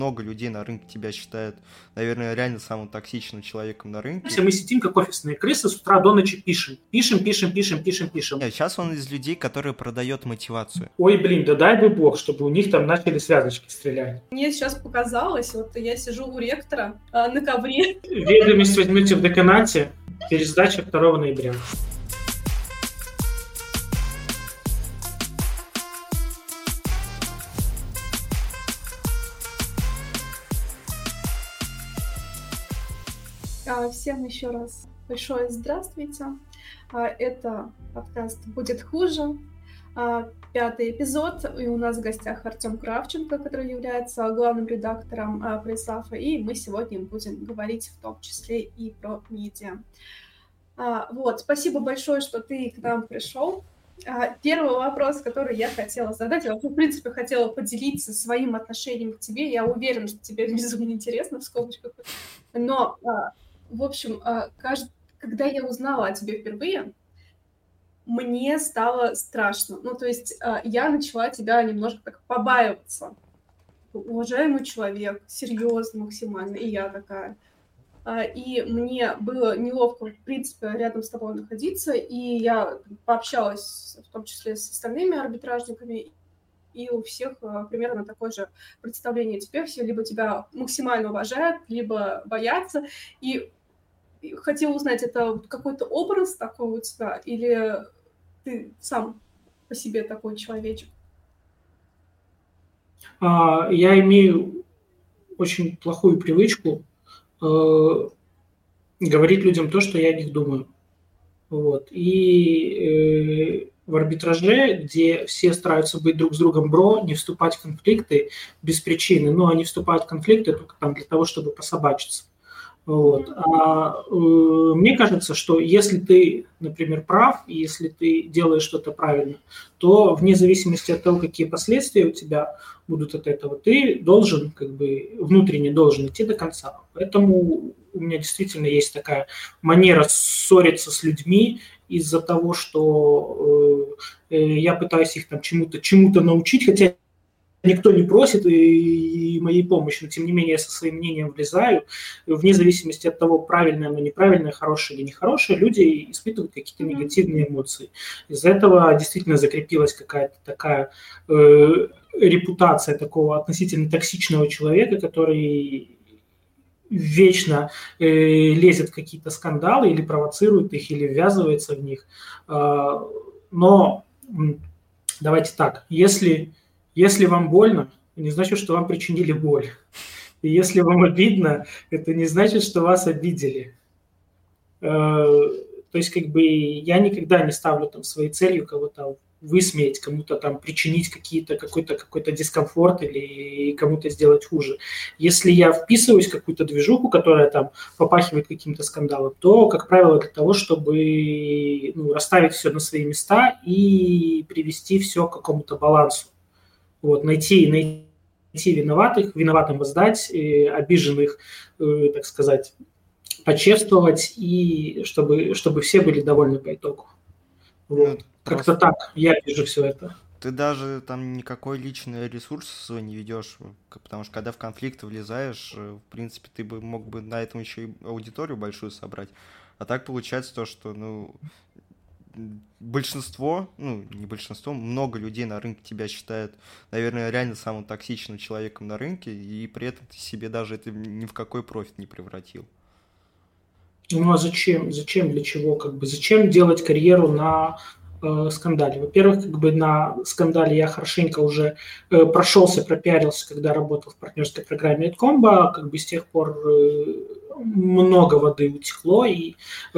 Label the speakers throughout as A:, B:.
A: Много людей на рынке тебя считают, наверное, реально самым токсичным человеком на рынке.
B: Мы сидим, как офисные крысы, с утра до ночи пишем. Пишем.
A: Нет, сейчас он из людей, которые продает мотивацию.
B: Ой, блин, да дай бы бог, чтобы у них там начали связочки стрелять.
C: Мне сейчас показалось, вот я сижу у ректора на ковре.
B: Ведомость возьмете в деканате, пересдача 2 ноября.
C: Всем еще раз большое здравствуйте. Это подкаст «Будет хуже». 5-й эпизод, и у нас в гостях Артем Кравченко, который является главным редактором пресс-лафа, и мы сегодня будем говорить в том числе и про медиа. Спасибо большое, что ты к нам пришел. Первый вопрос, который я хотела задать, я вообще, в принципе, хотела поделиться своим отношением к тебе. Я уверена, что тебе безумно интересно, в скобочках. Но, в общем, когда я узнала о тебе впервые, мне стало страшно. То есть я начала тебя немножко так побаиваться. Уважаемый человек, серьезно максимально, и я такая. И мне было неловко, в принципе, рядом с тобой находиться, и я пообщалась, в том числе с остальными арбитражниками, и у всех примерно такое же представление о тебе. Все либо тебя максимально уважают, либо боятся. И хотела узнать, это какой-то образ такой у тебя, или ты сам по себе такой человечек?
B: Я имею очень плохую привычку говорить людям то, что я о них думаю. И в арбитраже, где все стараются быть друг с другом бро, не вступать в конфликты без причины, но они вступают в конфликты только там для того, чтобы пособачиться. Мне кажется, что если ты, например, прав, и если ты делаешь что-то правильно, то вне зависимости от того, какие последствия у тебя будут от этого, ты должен, внутренне должен идти до конца. Поэтому у меня действительно есть такая манера ссориться с людьми из-за того, что я пытаюсь их там чему-то научить, хотя никто не просит и моей помощи, но тем не менее я со своим мнением влезаю. Вне зависимости от того, правильное оно, неправильное, хорошее или нехорошее, люди испытывают какие-то негативные эмоции. Из-за этого действительно закрепилась какая-то такая репутация такого относительно токсичного человека, который вечно лезет в какие-то скандалы или провоцирует их, или ввязывается в них. Но давайте так, если вам больно, это не значит, что вам причинили боль. И если вам обидно, это не значит, что вас обидели. То есть, я никогда не ставлю там своей целью кого-то высмеять, кому-то там причинить какой-то дискомфорт или кому-то сделать хуже. Если я вписываюсь в какую-то движуху, которая там попахивает каким-то скандалом, то, как правило, для того, чтобы расставить все на свои места и привести все к какому-то балансу. Найти виноватых, виноватым воздать, обиженных, так сказать, почествовать, и чтобы все были довольны по итогу. Как-то так я вижу все это.
A: Ты даже там никакой личный ресурс свой не ведешь, потому что когда в конфликт влезаешь, в принципе, ты мог бы на этом еще и аудиторию большую собрать. А так получается то, что, большинство, не большинство, много людей на рынке тебя считают, наверное, реально самым токсичным человеком на рынке, и при этом ты себе даже это ни в какой профит не превратил.
B: А зачем? Зачем? Для чего? Зачем делать карьеру на скандале? Во-первых, на скандале я хорошенько уже прошелся, пропиарился, когда работал в партнерской программе Эдкомба, с тех пор много воды утекло, и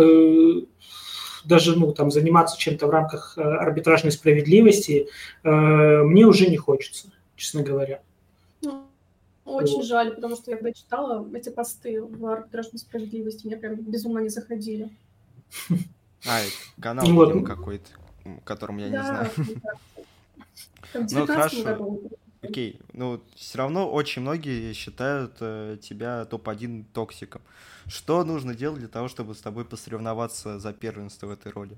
B: даже заниматься чем-то в рамках арбитражной справедливости мне уже не хочется, честно говоря.
C: Очень жаль, потому что я когда читала эти посты в арбитражной справедливости, мне прям безумно не заходили.
A: Это канал, видимо, какой-то, которым я не знаю.
C: Да.
A: Хорошо. Окей. Все равно очень многие считают тебя топ-1 токсиком. Что нужно делать для того, чтобы с тобой посоревноваться за первенство в этой роли?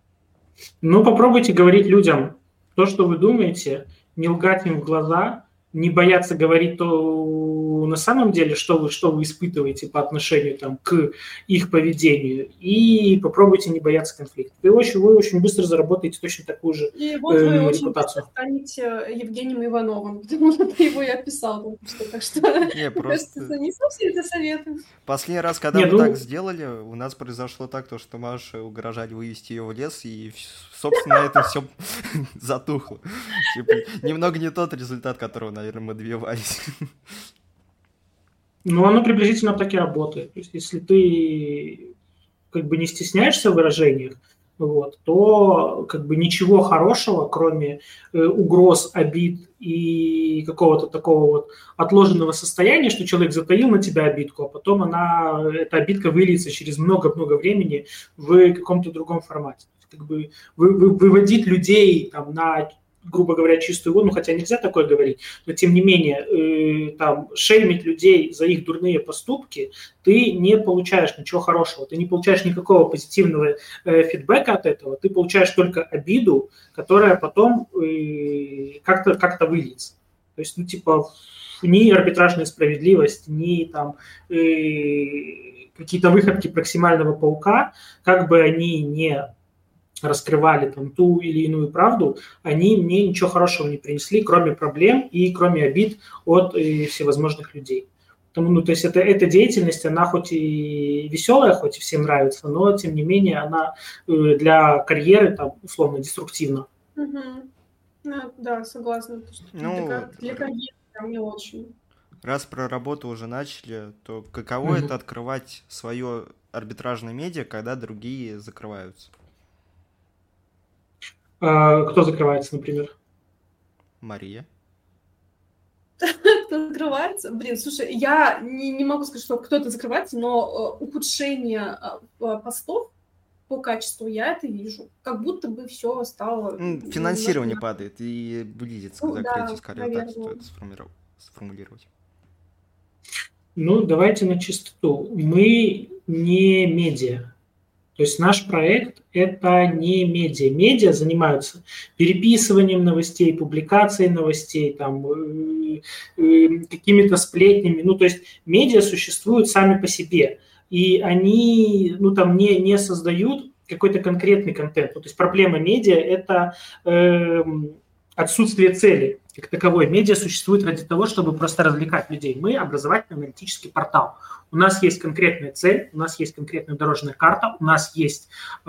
B: Попробуйте говорить людям то, что вы думаете, не лгать им в глаза не бояться говорить то на самом деле, что вы испытываете по отношению там, к их поведению, и попробуйте не бояться конфликта. Вы очень быстро заработаете точно такую же
C: И вот вы очень
B: репутацию.
C: быстро станете Евгением Ивановым, потому что ты его и описал. Так что, мне кажется, это не совсем эти советы.
A: Последний раз, когда мы так сделали, у нас произошло так, что Маше угрожали вывести ее в лес, и, собственно, на этом все затухло. Немного не тот результат, которого, наверное, мы добивались.
B: Ну, оно приблизительно так и работает. То есть, если ты как бы не стесняешься в выражениях, вот, то как бы ничего хорошего, кроме угроз, обид и какого-то такого вот отложенного состояния, что человек затаил на тебя обидку, а потом эта обидка выльется через много-много времени в каком-то другом формате. Как бы выводить людей там, на, грубо говоря, чистую воду, хотя нельзя такое говорить, но тем не менее там, шеймить людей за их дурные поступки, ты не получаешь ничего хорошего, ты не получаешь никакого позитивного фидбэка от этого, ты получаешь только обиду, которая потом как-то выльется. То есть, ну, типа, ни арбитражная справедливость, ни там какие-то выходки проксимального паука, как бы они не раскрывали там ту или иную правду, они мне ничего хорошего не принесли, кроме проблем и кроме обид от всевозможных людей. Потому, ну, то есть эта деятельность, она хоть и веселая, хоть и всем нравится, но тем не менее она для карьеры там условно деструктивна.
C: Да, согласна. Для карьеры там не очень.
A: Раз про работу уже начали, то каково это открывать свое арбитражное медиа, когда другие закрываются?
B: Кто закрывается, например?
A: Мария.
C: Кто закрывается? Блин, слушай, я не могу сказать, что кто-то закрывается, но ухудшение постов по качеству я это вижу. Как будто бы все стало...
A: Финансирование падает и близится к закрытию, скорее так стоит сформулировать.
B: Ну, давайте на чистоту. Мы не медиа. То есть наш проект – это не медиа. Медиа занимаются переписыванием новостей, публикацией новостей, там, какими-то сплетнями. Ну, то есть медиа существуют сами по себе. И они ну, там, не создают какой-то конкретный контент. Ну, то есть проблема медиа – это отсутствие цели как таковой. Медиа существует ради того, чтобы просто развлекать людей. Мы образовательно-аналитический портал. У нас есть конкретная цель, у нас есть конкретная дорожная карта, у нас есть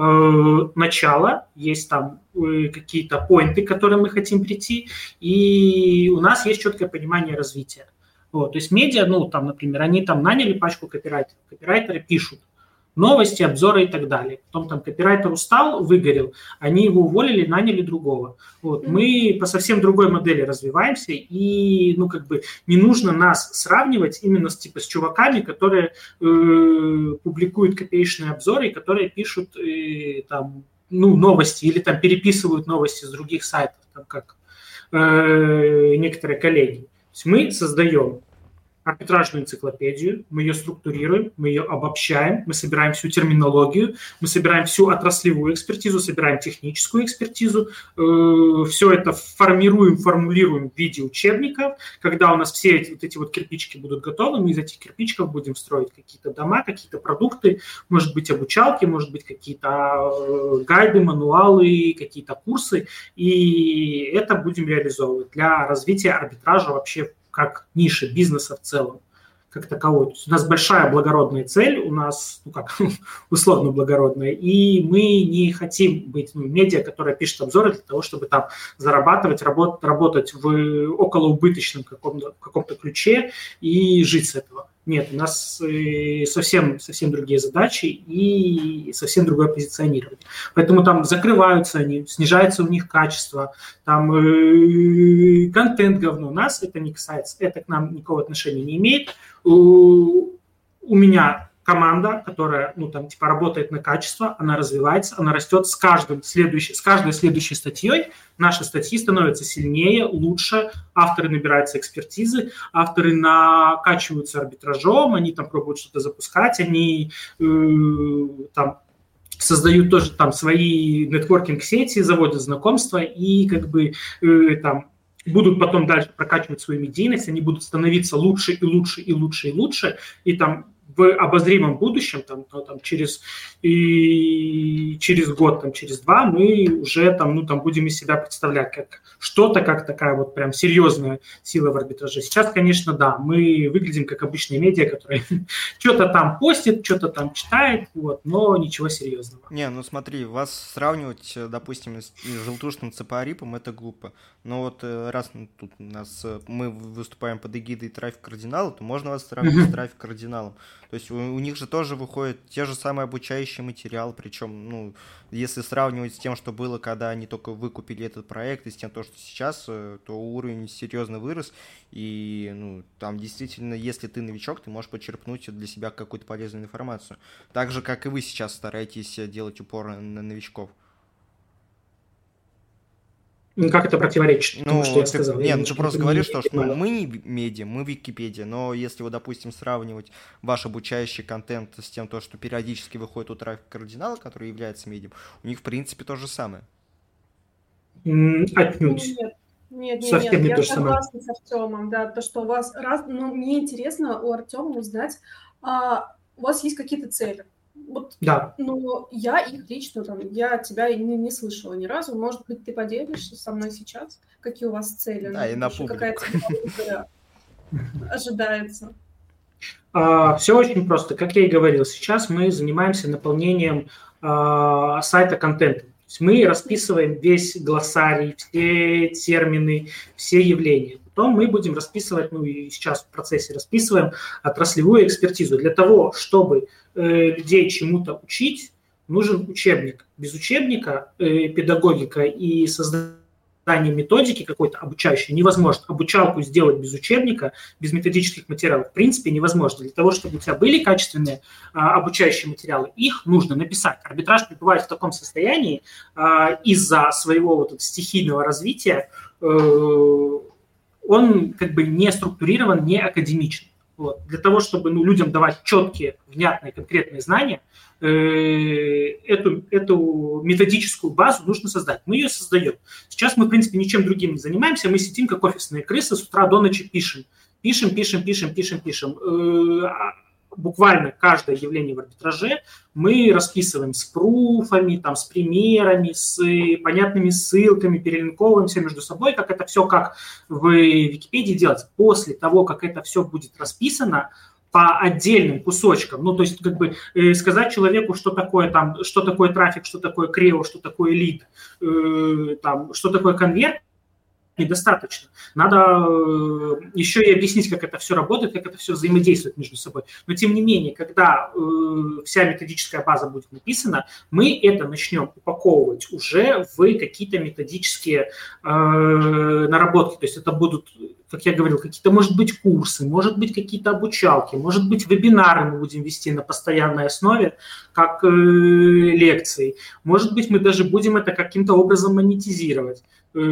B: начало, есть там какие-то поинты, к которым мы хотим прийти, и у нас есть четкое понимание развития. Вот, то есть медиа, ну, там, например, они там наняли пачку копирайтеров. Копирайтеры пишут новости, обзоры и так далее. Потом там копирайтер устал, выгорел, они его уволили, наняли другого. Вот. Мы по совсем другой модели развиваемся, и ну, как бы не нужно нас сравнивать именно с чуваками, которые публикуют копеечные обзоры, и которые пишут там, ну, новости или там переписывают новости с других сайтов, там, как некоторые коллеги. То есть мы создаем арбитражную энциклопедию, мы ее структурируем, мы ее обобщаем, мы собираем всю терминологию, мы собираем всю отраслевую экспертизу, собираем техническую экспертизу, все это формулируем в виде учебников. Когда у нас все эти вот кирпичики будут готовы, мы из этих кирпичиков будем строить какие-то дома, какие-то продукты, может быть, обучалки, может быть, какие-то гайды, мануалы, какие-то курсы, и это будем реализовывать для развития арбитража вообще как ниши бизнеса в целом, как таковой. То есть у нас большая благородная цель, у нас, ну как, условно благородная, и мы не хотим быть медиа, которая пишет обзоры для того, чтобы там зарабатывать, работать в околоубыточном каком-то ключе и жить с этого. Нет, у нас совсем другие задачи и совсем другое позиционирование. Поэтому там закрываются они, снижается у них качество, там контент говно. Нас это не касается, это к нам никакого отношения не имеет. У меня команда, которая, ну, там, типа, работает на качество, она развивается, она растет с каждой следующей статьей. Наши статьи становятся сильнее, лучше, авторы набираются экспертизы, авторы накачиваются арбитражом, они там пробуют что-то запускать, они там создают тоже там свои нетворкинг-сети, заводят знакомства и как бы там будут потом дальше прокачивать свою медийность, они будут становиться лучше и лучше и лучше и лучше, и там в обозримом будущем, через год, через 2, мы уже будем из себя представлять как что-то, как такая вот прям серьезная сила в арбитраже. Сейчас, конечно, да, мы выглядим как обычные медиа, которые что-то там постит, что-то там читает, но ничего серьезного.
A: Не, ну смотри, вас сравнивать, допустим, с желтушным ЦПА-рипом, это глупо. Но вот раз тут мы выступаем под эгидой Трафик Кардинала, то можно вас сравнивать с Трафик Кардиналом. То есть у них же тоже выходят те же самые обучающие материалы, причем, если сравнивать с тем, что было, когда они только выкупили этот проект, и с тем, что сейчас, то уровень серьезно вырос, и, там действительно, если ты новичок, ты можешь почерпнуть для себя какую-то полезную информацию. Так же, как и вы сейчас стараетесь делать упор на новичков.
B: Как это противоречит тому, что я сказал?
A: Нет, ты просто говоришь, что мы не медиа, мы Википедия, но если, допустим, сравнивать ваш обучающий контент с тем, что периодически выходит у Трафика Кардинала, который является медиум, у них, в принципе, то же самое.
B: Отнюдь.
C: Нет, я согласна с Артемом, да, то, что у вас мне интересно у Артема узнать, у вас есть какие-то цели.
B: Да.
C: Но я их лично, я тебя не слышала ни разу. Может быть, ты поделишься со мной сейчас? Какие у вас цели?
A: Да, и на публику.
C: Какая цель ожидается?
B: Все очень просто. Как я и говорил, сейчас мы занимаемся наполнением сайта контентом. То есть мы расписываем весь глоссарий, все термины, все явления. Потом мы будем расписывать, и сейчас в процессе расписываем отраслевую экспертизу. Для того, чтобы людей чему-то учить, нужен учебник. Без учебника педагогика и создание методики какой-то обучающей невозможно. Обучалку сделать без учебника, без методических материалов в принципе невозможно. Для того, чтобы у тебя были качественные обучающие материалы, их нужно написать. Арбитраж пребывает в таком состоянии из-за своего стихийного развития, он не структурирован, не академичен. Для того, чтобы людям давать четкие, внятные, конкретные знания, эту методическую базу нужно создать. Мы ее создаем. Сейчас мы, в принципе, ничем другим не занимаемся. Мы сидим, как офисные крысы, с утра до ночи пишем. Пишем. Буквально каждое явление в арбитраже мы расписываем с пруфами, с примерами, с понятными ссылками, перелинковываем все между собой, как это все, как в Википедии делается. После того, как это все будет расписано по отдельным кусочкам, то есть сказать человеку, что такое трафик, что такое крео, что такое лид, что такое конверт, недостаточно. Надо еще и объяснить, как это все работает, как это все взаимодействует между собой. Но тем не менее, когда вся методическая база будет написана, мы это начнем упаковывать уже в какие-то методические наработки. То есть это будут, как я говорил, какие-то, может быть, курсы, может быть, какие-то обучалки, может быть, вебинары мы будем вести на постоянной основе, как лекции. Может быть, мы даже будем это каким-то образом монетизировать.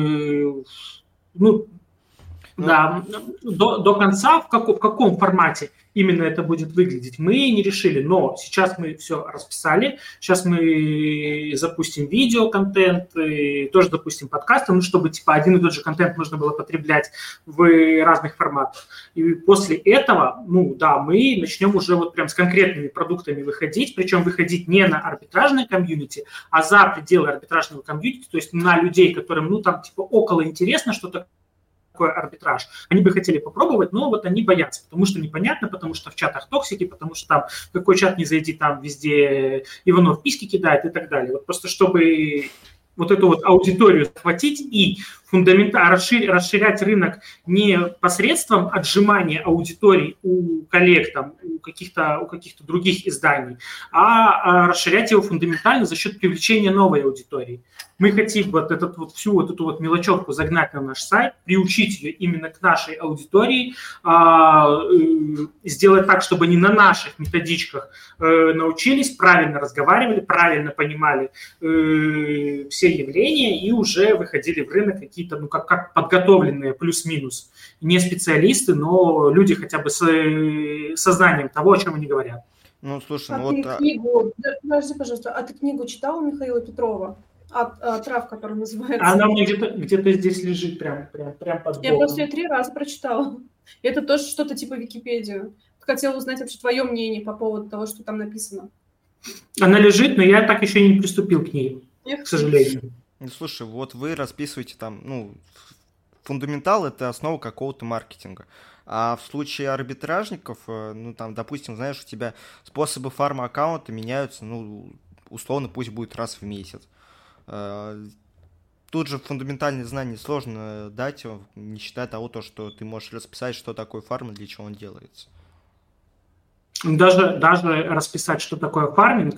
B: Да, до конца, в каком формате именно это будет выглядеть, мы не решили, но сейчас мы все расписали, сейчас мы запустим видеоконтент, тоже запустим подкасты, чтобы один и тот же контент можно было потреблять в разных форматах. И после этого, мы начнем уже прям с конкретными продуктами выходить, причем выходить не на арбитражное комьюнити, а за пределы арбитражного комьюнити, то есть на людей, которым, около интересно что-то, арбитраж. Они бы хотели попробовать, но они боятся, потому что непонятно, потому что в чатах токсики, потому что там в какой чат не зайди, там везде Иванов письки кидает и так далее. Просто чтобы эту аудиторию схватить и фундаментально расширять рынок не посредством отжимания аудитории у коллег, у каких-то других изданий, а расширять его фундаментально за счет привлечения новой аудитории. Мы хотим всю эту мелочевку загнать на наш сайт, приучить ее именно к нашей аудитории, сделать так, чтобы они на наших методичках научились, правильно разговаривали, правильно понимали все явления и уже выходили в рынок какие-то, как подготовленные плюс-минус, не специалисты, но люди хотя бы с сознанием того, о чем они говорят.
C: Слушай, подожди, пожалуйста, а ты книгу читал Михаила Петрова? трав, который называется.
B: Она у меня где-то здесь лежит, прям под
C: Я
B: боком.
C: просто ее 3 раза прочитала. Это тоже что-то типа Википедию. Хотела узнать вообще твое мнение по поводу того, что там написано.
B: Она лежит, но я так еще и не приступил к ней, к сожалению.
A: Ну, слушай, вот вы расписываете там, ну, фундаментал — это основа какого-то маркетинга. А в случае арбитражников, ну, там, допустим, знаешь, у тебя способы фарма аккаунта меняются, ну, условно, пусть будет раз в месяц. Тут же фундаментальные знания сложно дать, не считая того, что ты можешь расписать, что такое фарм и для чего он делается.
B: Даже расписать, что такое фарминг,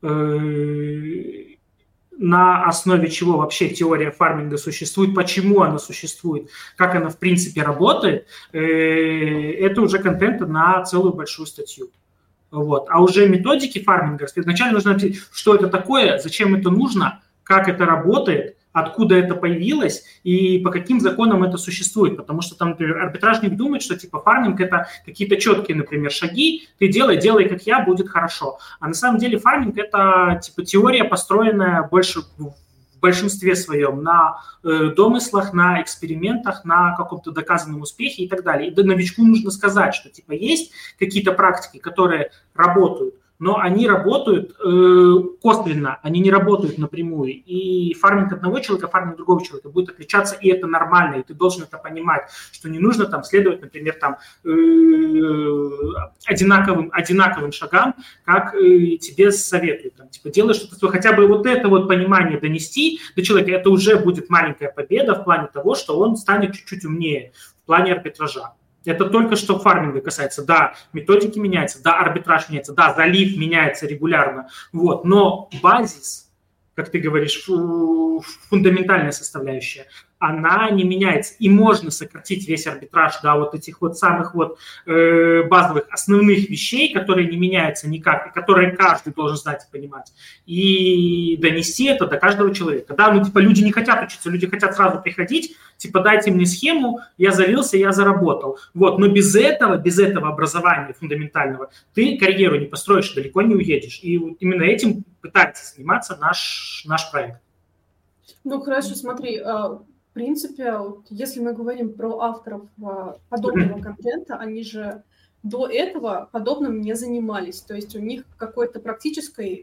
B: на основе чего вообще теория фарминга существует, почему она существует, как она в принципе работает, это уже контент на целую большую статью. Вот. А уже методики фарминга, изначально нужно написать, что это такое, зачем это нужно, как это работает, откуда это появилось и по каким законам это существует. Потому что там, например, арбитражник думает, что типа фарминг – это какие-то четкие, например, шаги, ты делай как я, будет хорошо. А на самом деле фарминг – это типа теория, построенная больше в большинстве своем на домыслах, на экспериментах, на каком-то доказанном успехе и так далее. И новичку нужно сказать, что типа есть какие-то практики, которые работают, но они работают косвенно, они не работают напрямую. И фарминг одного человека, фарминг другого человека будет отличаться, и это нормально, и ты должен это понимать, что не нужно там следовать, например, там одинаковым шагам, как тебе советуют. Там, типа, делай что-то, хотя бы вот это вот понимание донести до человека, это уже будет маленькая победа в плане того, что он станет чуть-чуть умнее в плане арбитража. Это только что фарминга касается. Да, методики меняются, да, арбитраж меняется, да, залив меняется регулярно. Вот. Но базис, как ты говоришь, фундаментальная составляющая, она не меняется. И можно сократить весь арбитраж до вот этих вот самых вот базовых основных вещей, которые не меняются никак, и которые каждый должен знать и понимать. И донести это до каждого человека. Да, ну типа люди не хотят учиться, люди хотят сразу приходить, типа дайте мне схему, я залился, я заработал. Вот, но без этого образования фундаментального ты карьеру не построишь, далеко не уедешь. И вот именно этим пытается заниматься наш проект.
C: Ну хорошо, смотри, в принципе, вот, если мы говорим про авторов подобного контента, они же до этого подобным не занимались. То есть у них какой-то практических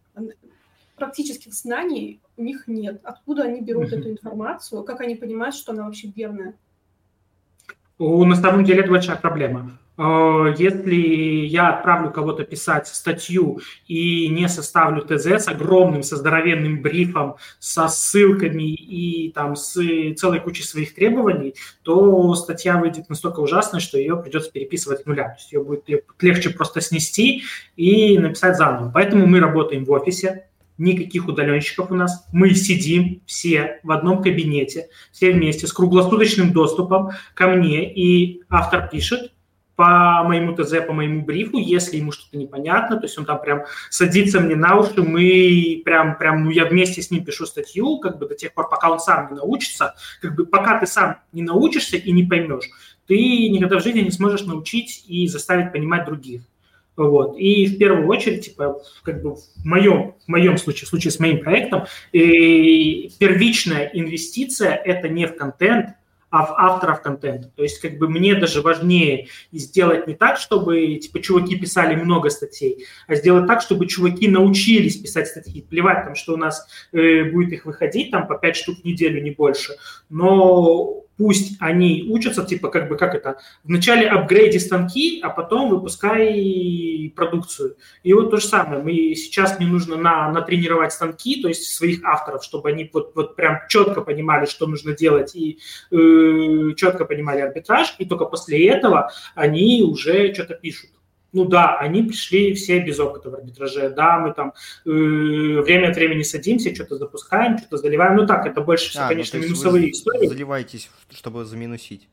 C: знаний у них нет. Откуда они берут эту информацию? Как они понимают, что она вообще верная?
B: На самом деле это большая проблема. Если я отправлю кого-то писать статью и не составлю ТЗ с огромным, со здоровенным брифом, со ссылками и там с целой кучей своих требований, то статья выйдет настолько ужасной, что ее придется переписывать с нуля. То есть ее будет легче просто снести и написать заново. Поэтому мы работаем в офисе. Никаких удаленщиков у нас. Мы сидим все в одном кабинете, все вместе, с круглосуточным доступом ко мне, и автор пишет по моему ТЗ, по моему брифу, если ему что-то непонятно, то есть он там прям садится мне на уши, мы ну, я вместе с ним пишу статью, как бы до тех пор, пока он сам не научится, как бы пока ты сам не научишься и не поймешь, ты никогда в жизни не сможешь научить и заставить понимать других. Вот. И в первую очередь, типа, как бы в моем случае, в случае с моим проектом, первичная инвестиция – это не в контент, а в авторов контента. То есть, как бы мне даже важнее сделать не так, чтобы, типа, чуваки писали много статей, а сделать так, чтобы чуваки научились писать статьи. Плевать там, что у нас будет их выходить там по 5 штук в неделю, не больше. Но пусть они учатся, типа, как бы, как это, вначале апгрейди станки, а потом выпускай продукцию. И вот то же самое. Сейчас мне нужно натренировать станки, то есть своих авторов, чтобы они вот прям четко понимали, что нужно делать, и четко понимали арбитраж, и только после этого они уже что-то пишут. Ну да, они пришли все без опыта в арбитраже, да, мы там время от времени садимся, что-то запускаем, что-то заливаем, ну так, это больше все, конечно, минусовые истории.
A: Заливаетесь, чтобы заминусить.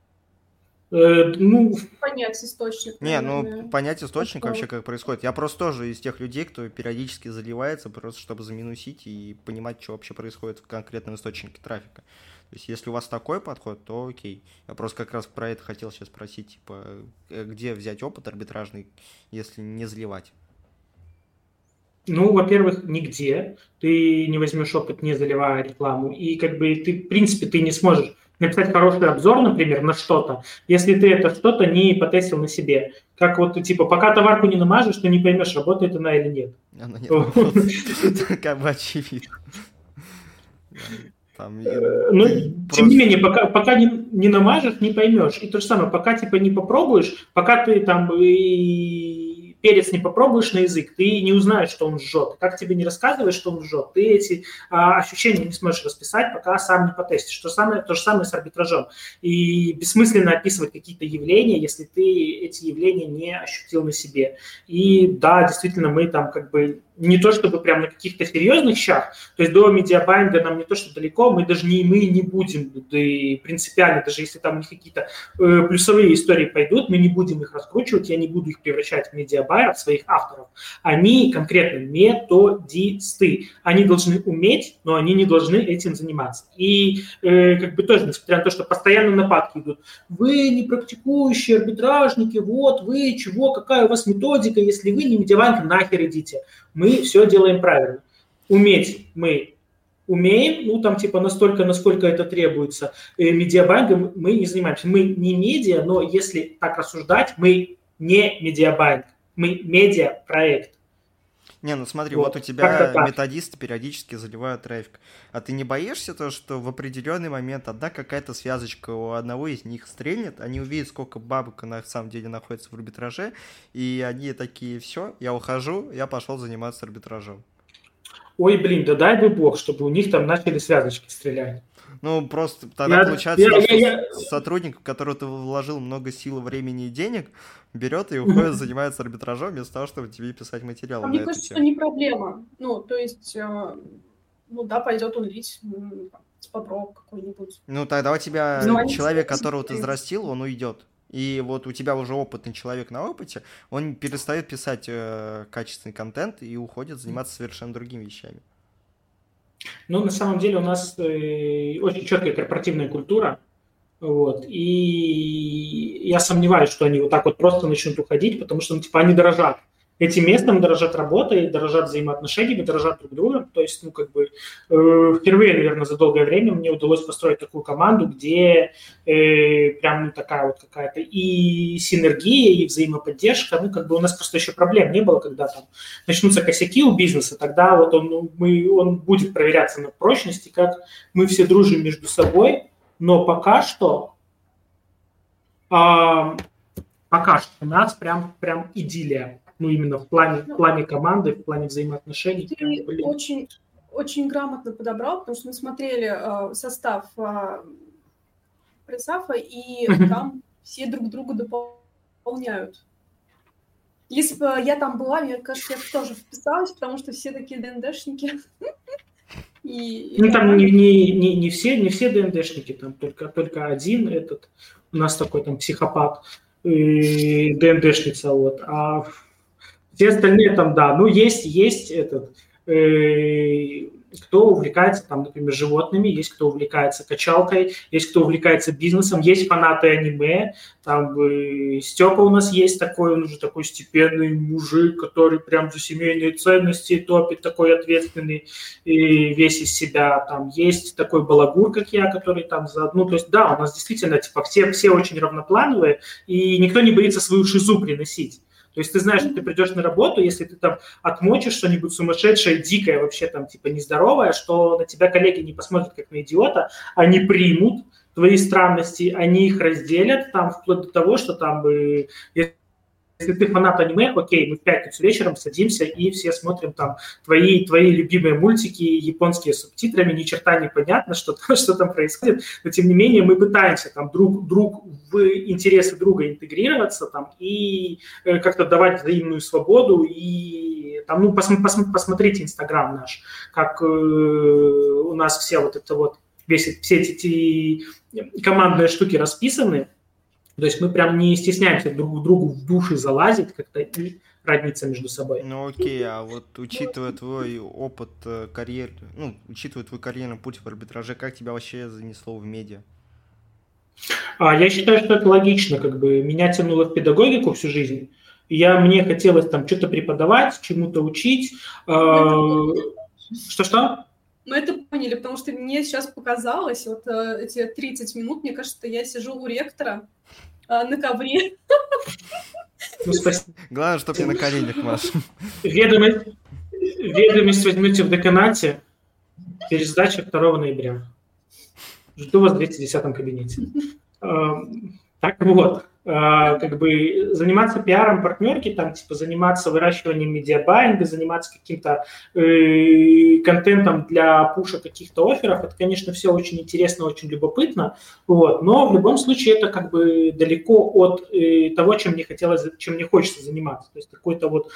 C: Понять источник.
A: Понять источник вообще, как происходит. Я просто тоже из тех людей, кто периодически заливается, просто чтобы заминусить и понимать, что вообще происходит в конкретном источнике трафика. То есть, если у вас такой подход, то окей. Я просто как раз про это хотел сейчас спросить, типа, где взять опыт арбитражный, если не заливать?
B: Ну, во-первых, нигде ты не возьмешь опыт, не заливая рекламу. И как бы ты, в принципе, ты не сможешь написать хороший обзор, например, на что-то, если ты это что-то не потестил на себе. Как вот, типа, пока товарку не намажешь, ты не поймешь, работает она или нет.
A: Она не работает. Это как бы очевидно. Там,
B: Но,
A: ты
B: тем не
A: просто...
B: менее, пока не намажешь, не поймешь. И то же самое, пока типа не попробуешь, пока ты там и перец не попробуешь на язык, ты не узнаешь, что он жжет. Как тебе не рассказываешь, что он жжет, ты эти ощущения не сможешь расписать, пока сам не потестишь. То же самое с арбитражом. И бессмысленно описывать какие-то явления, если ты эти явления не ощутил на себе. И да, действительно, мы там как бы не то чтобы прям на каких-то серьезных щах, то есть до медиабайинга нам не то что далеко, мы не будем, да и принципиально, даже если там у них какие-то плюсовые истории пойдут, мы не будем их раскручивать, я не буду их превращать в медиабайеров, своих авторов. Они конкретно методисты. Они должны уметь, но они не должны этим заниматься. И как бы тоже, несмотря на то, что постоянно нападки идут, вы не практикующие арбитражники, вот вы чего, какая у вас методика, если вы не медиабайинг, нахер идите. Мы все делаем правильно. Уметь мы умеем, ну, там, типа, настолько, насколько это требуется. Медиабайингом мы не занимаемся. Мы не медиа, но если так рассуждать, мы не медиабайинг. Мы медиа-проект.
A: Не, ну смотри,
B: Вот
A: у тебя
B: так.
A: методисты периодически заливают трафик. А ты не боишься то, что в определенный момент одна какая-то связочка у одного из них стрельнет, они увидят, сколько бабок на самом деле находится в арбитраже, и они такие: все, я ухожу, я пошел заниматься арбитражом.
B: Ой, блин, да дай бы бог, чтобы у них там начали связочки стрелять.
A: Ну, просто тогда получается, что сотрудник, в которого ты вложил много сил, времени и денег, берет и уходит, занимается арбитражом, вместо того, чтобы тебе писать материалы.
C: Мне кажется, что не проблема. Ну, то есть, ну да, пойдет он лить попробовать какой-нибудь.
A: Ну, тогда у тебя человек, которого ты взрастил, он уйдет. И вот у тебя уже опытный человек на опыте, он перестает писать качественный контент и уходит заниматься совершенно другими вещами.
B: Ну, на самом деле у нас очень четкая корпоративная культура, вот, и я сомневаюсь, что они вот так вот просто начнут уходить, потому что, ну, типа, они дорожат этим местом, дорожат работой, дорожат взаимоотношениями, дорожат друг другом, то есть, ну, как бы, впервые, наверное, за долгое время мне удалось построить такую команду, где прям, ну, такая вот какая-то и синергия, и взаимоподдержка, ну, как бы у нас просто еще проблем не было, когда там начнутся косяки у бизнеса, тогда вот он будет проверяться на прочности, как мы все дружим между собой, но пока что у нас прям идиллия. Ну, именно в плане команды, в плане взаимоотношений.
C: Ты очень, очень грамотно подобрал, потому что мы смотрели состав пресс-афа, и там все друг друга дополняют. Если бы я там была, мне кажется, я тоже вписалась, потому что все такие ДНДшники.
B: Ну, там не все ДНДшники, там только один этот, у нас такой там психопат, ДНДшница, вот, а все остальные там, да, ну, есть этот, кто увлекается, там, например, животными, есть кто увлекается качалкой, есть кто увлекается бизнесом, есть фанаты аниме, там, Степа у нас есть такой, он уже такой степенный мужик, который прям за семейные ценности топит, такой ответственный, и весь из себя, там, есть такой балагур, как я, который там ну, то есть, да, у нас действительно, типа, все очень равноплановые, и никто не боится свою шизу приносить. То есть ты знаешь, что ты придешь на работу, если ты там отмочишь что-нибудь сумасшедшее, дикое, вообще там типа нездоровое, что на тебя коллеги не посмотрят как на идиота, они примут твои странности, они их разделят, там, вплоть до того, что там, если ты фанат аниме, окей, мы в пятницу вечером садимся и все смотрим там твои любимые мультики, японские с субтитрами, ни черта не понятно, что там происходит, но тем не менее мы пытаемся там друг в интересы друга интегрироваться там и как-то давать взаимную свободу и там, ну, посмотрите Инстаграм наш, как у нас все вот это вот, все эти командные штуки расписаны. То есть мы прям не стесняемся друг другу в души залазить как-то и родниться между собой.
A: Ну окей, а вот учитывая твой опыт карьеры, ну, учитывая твой карьерный путь в арбитраже, как тебя вообще занесло в медиа?
B: Я считаю, что это логично, как бы меня тянуло в педагогику всю жизнь. мне хотелось там что-то преподавать, чему-то учить. Что-что?
C: Мы это поняли, потому что мне сейчас показалось, вот эти 30 минут, мне кажется, я сижу у ректора на ковре.
B: Ну, спасибо.
A: Главное, чтобы не на коленях, Маша.
B: Ведомость возьмете в деканате. Пересдача 2 ноября. Жду вас в 210 кабинете. Так вот, как бы заниматься пиаром партнерки, там, типа, заниматься выращиванием медиабайинга, заниматься каким-то контентом для пуша каких-то офферов, это, конечно, все очень интересно, очень любопытно, вот, но в любом случае это как бы далеко от того, чем мне хочется заниматься. То есть какой-то вот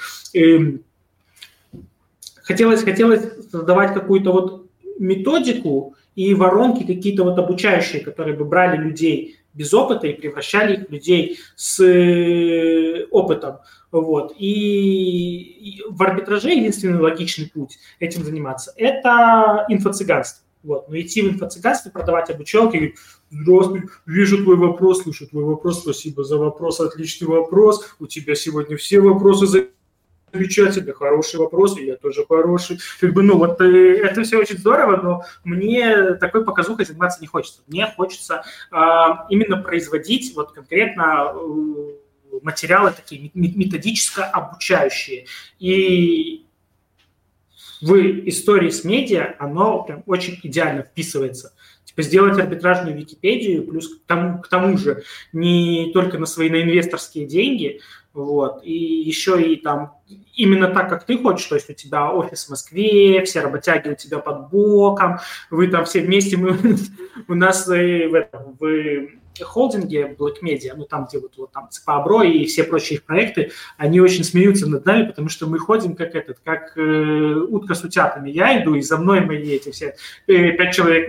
B: хотелось создавать какую-то вот методику и воронки какие-то вот обучающие, которые бы брали людей без опыта и превращали их в людей с опытом. Вот. И в арбитраже единственный логичный путь этим заниматься – это инфо-цыганство. Вот. Но идти в инфо-цыганство, продавать обучалки, говорить: здравствуй, вижу твой вопрос, слышу твой вопрос, спасибо за вопрос, отличный вопрос, у тебя сегодня все вопросы замечательно, хороший вопрос, и я тоже хороший. Как бы, ну, вот это все очень здорово, но мне такой показухой заниматься не хочется. Мне хочется именно производить вот конкретно материалы такие методически обучающие. И в истории с медиа оно прям очень идеально вписывается. Типа сделать арбитражную Википедию, плюс к тому же не только на свои инвесторские деньги, вот, и еще и там именно так, как ты хочешь, то есть у тебя офис в Москве, все работяги у тебя под боком, вы там все вместе, у нас в холдинге Black Media, ну там, где вот там ЦПА-Бро и все прочие их проекты, они очень смеются над нами, потому что мы ходим как утка с утятами. Я иду, и за мной мои эти все 5 человек,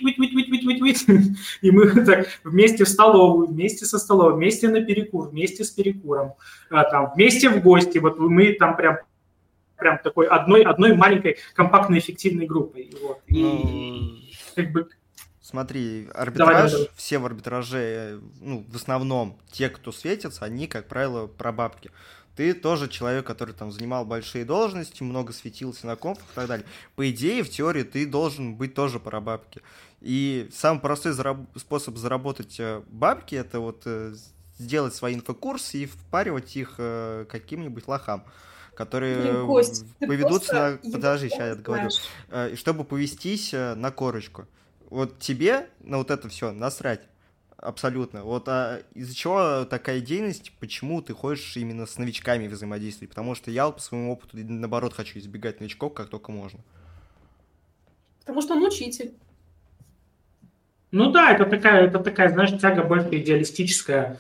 B: и мы так вместе в столовую, вместе со столовой, вместе на перекур, вместе с перекуром, там, вместе в гости, вот мы там прям такой одной маленькой компактной эффективной группой. Вот. И как бы...
A: Смотри, арбитраж, давай. Все в арбитраже, ну, в основном те, кто светится, они, как правило, про бабки. Ты тоже человек, который там занимал большие должности, много светился на конфах и так далее. По идее, в теории, ты должен быть тоже про бабки. И самый простой способ заработать бабки – это вот сделать свои инфокурсы и впаривать их каким-нибудь лохам, которые поведутся на... Подожди, сейчас я договорю. Чтобы повестись на корочку. Вот тебе на вот это все насрать абсолютно. Вот из-за чего такая деятельность, почему ты хочешь именно с новичками взаимодействовать? Потому что я по своему опыту, наоборот, хочу избегать новичков как только можно.
C: Потому что он учитель.
B: Ну да, это такая, знаешь, тяга больше идеалистическая.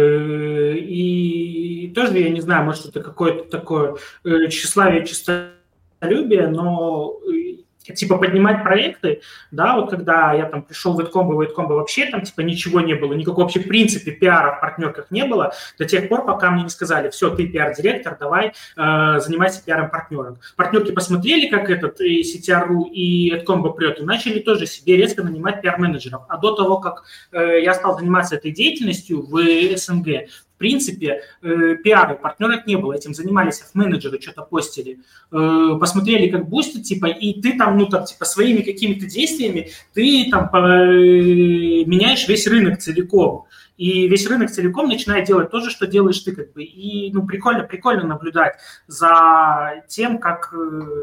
B: И тоже, я не знаю, может, это какое-то такое тщеславие, честолюбие, но... типа поднимать проекты, да, вот когда я там пришел в Эдкомбо вообще там типа ничего не было, никакого вообще в принципе пиара в партнерках не было до тех пор, пока мне не сказали: все, ты пиар-директор, давай занимайся пиаром партнерок. Партнерки посмотрели, как этот и CTR.ru, и Эдкомбо прет, и начали тоже себе резко нанимать пиар-менеджеров. А до того, как я стал заниматься этой деятельностью в СНГ, в принципе, пиара у партнерок не было, этим занимались менеджеры, что-то постили, посмотрели, как бустят, типа, и ты там, ну, там, типа, своими какими-то действиями ты там меняешь весь рынок целиком, и весь рынок целиком начинает делать то же, что делаешь ты, как бы, и, ну, прикольно наблюдать за тем, как,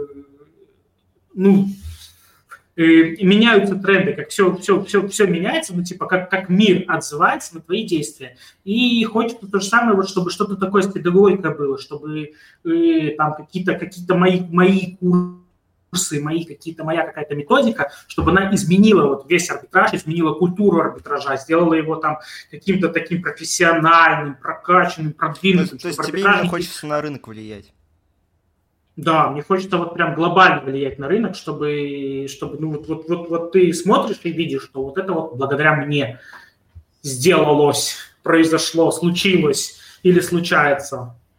B: ну, меняются тренды, как все меняется, ну, типа, как мир отзывается на твои действия. И хочется то же самое, вот, чтобы что-то такое с педагогикой было, чтобы там какие-то мои курсы, моя какая-то методика, чтобы она изменила вот весь арбитраж, изменила культуру арбитража, сделала его там каким-то таким профессиональным, прокачанным, продвинутым.
A: То есть тебе именно хочется на рынок влиять?
B: Да, мне хочется вот прям глобально влиять на рынок, чтобы ну, вот ты смотришь и видишь, что вот это вот благодаря мне сделалось, произошло, случилось или случается.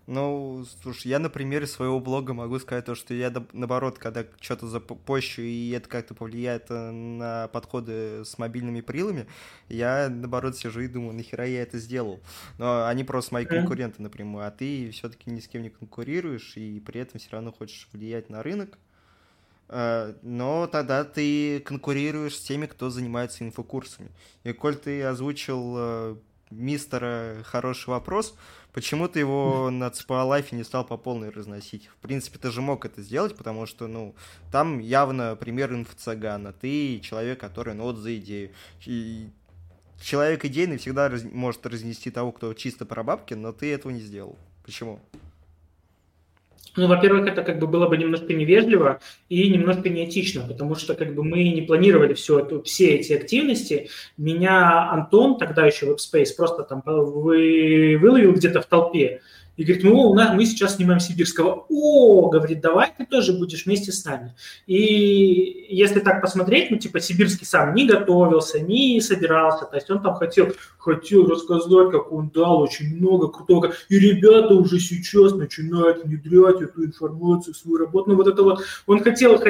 A: Ну, слушай, я на примере своего блога могу сказать то, что я, наоборот, когда что-то запощу, и это как-то повлияет на подходы с мобильными прилами, я, наоборот, сижу и думаю, нахера я это сделал. Но они просто мои конкуренты напрямую, а ты все-таки ни с кем не конкурируешь, и при этом все равно хочешь влиять на рынок. Но тогда ты конкурируешь с теми, кто занимается инфокурсами. И коль ты озвучил мистера хороший вопрос, почему ты его на ЦПА Лайфе не стал по полной разносить? В принципе, ты же мог это сделать, потому что, ну, там явно пример инфо-цыгана. Ты человек, который, ну, вот за идею. И человек идейный всегда может разнести того, кто чисто про бабки, но ты этого не сделал. Почему?
B: Ну, во-первых, это как бы было бы немножко невежливо и немножко неэтично, потому что как бы мы не планировали все эти активности. Меня Антон, тогда еще WebSpace, просто там выловил где-то в толпе и говорит, ну, мы сейчас снимаем Сибирского. О, говорит, давай ты тоже будешь вместе с нами. И если так посмотреть, ну, типа, Сибирский сам не готовился, не собирался, то есть он там хотел рассказать, как он дал очень много крутого, и ребята уже сейчас начинают внедрять эту информацию в свою работу. Ну, вот это вот, он хотел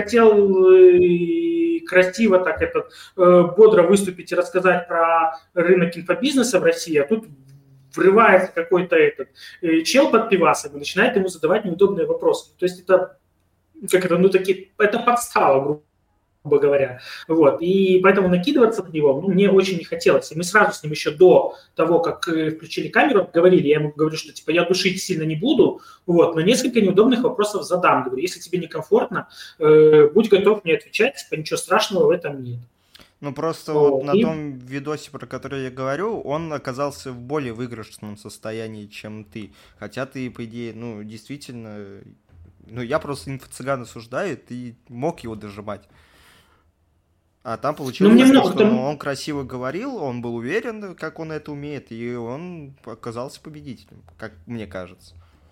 B: красиво так бодро выступить и рассказать про рынок инфобизнеса в России, а тут врывается какой-то чел под пивасом и начинает ему задавать неудобные вопросы. То есть это подстава, грубо говоря. Вот. И поэтому накидываться на него мне очень не хотелось. И мы сразу с ним еще до того, как включили камеру, говорили, я ему говорю, что типа я душить сильно не буду, вот, но несколько неудобных вопросов задам. Говорю, если тебе некомфортно, будь готов мне отвечать, типа ничего страшного в этом нет.
A: Ну, просто вот на том видосе, про который я говорю, он оказался в более выигрышном состоянии, чем ты. Хотя ты, по идее, ну, действительно... Ну, я просто инфо-цыган осуждаю, ты мог его дожимать. А там получилось, что он красиво говорил, он был уверен, как он это умеет, и он оказался победителем, как мне кажется.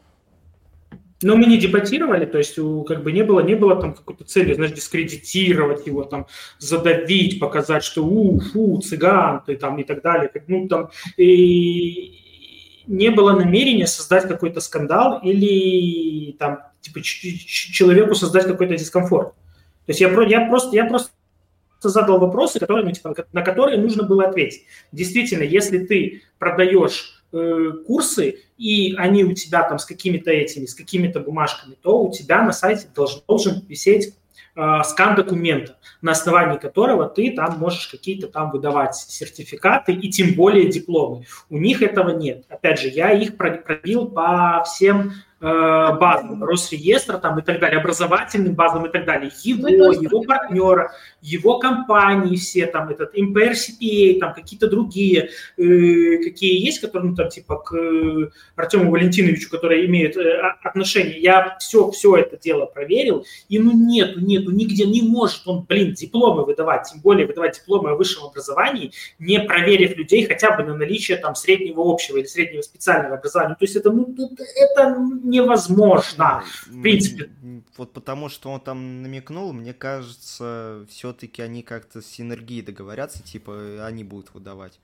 B: Но мы не дебатировали, то есть как бы не было там какой-то цели, знаешь, дискредитировать его, там, задавить, показать, что цыган, ты там и так далее. Ну, там, и не было намерения создать какой-то скандал или там, типа, человеку создать какой-то дискомфорт. То есть я просто задал вопросы, на которые нужно было ответить. Действительно, если ты продаешь курсы, и они у тебя там с какими-то бумажками, то у тебя на сайте должен висеть скан документа, на основании которого ты там можешь какие-то там выдавать сертификаты и тем более дипломы. У них этого нет. Опять же, я их пробил по всем базам, Росреестра там и так далее, образовательным базам и так далее. Его партнера, его компании все, там, MPR CPA, там, какие-то другие, какие есть, которые, ну, там, типа, к Артему Валентиновичу, которые имеют отношение. Я все это дело проверил, и нету, нигде не может он, дипломы выдавать, тем более выдавать дипломы о высшем образовании, не проверив людей хотя бы на наличие там среднего общего или среднего специального образования. То есть это невозможно, в принципе.
A: Вот потому что он там намекнул, мне кажется, все-таки они как-то с синергией договорятся, типа они будут выдавать.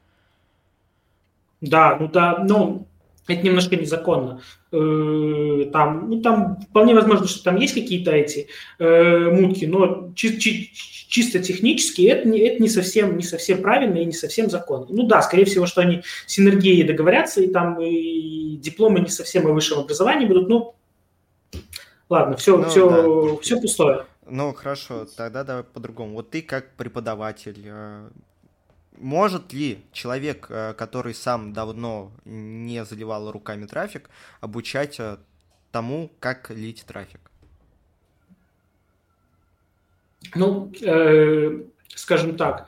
B: Да, это немножко незаконно. Там вполне возможно, что там есть какие-то эти мутки, но чисто технически это не совсем правильно и не совсем законно. Ну да, скорее всего, что они синергией договорятся, и там и дипломы не совсем о высшем образовании будут. Ну, ладно, все пустое.
A: Ну, хорошо, тогда давай по-другому. Вот ты как преподаватель... Может ли человек, который сам давно не заливал руками трафик, обучать тому, как лить трафик?
B: Ну, скажем так,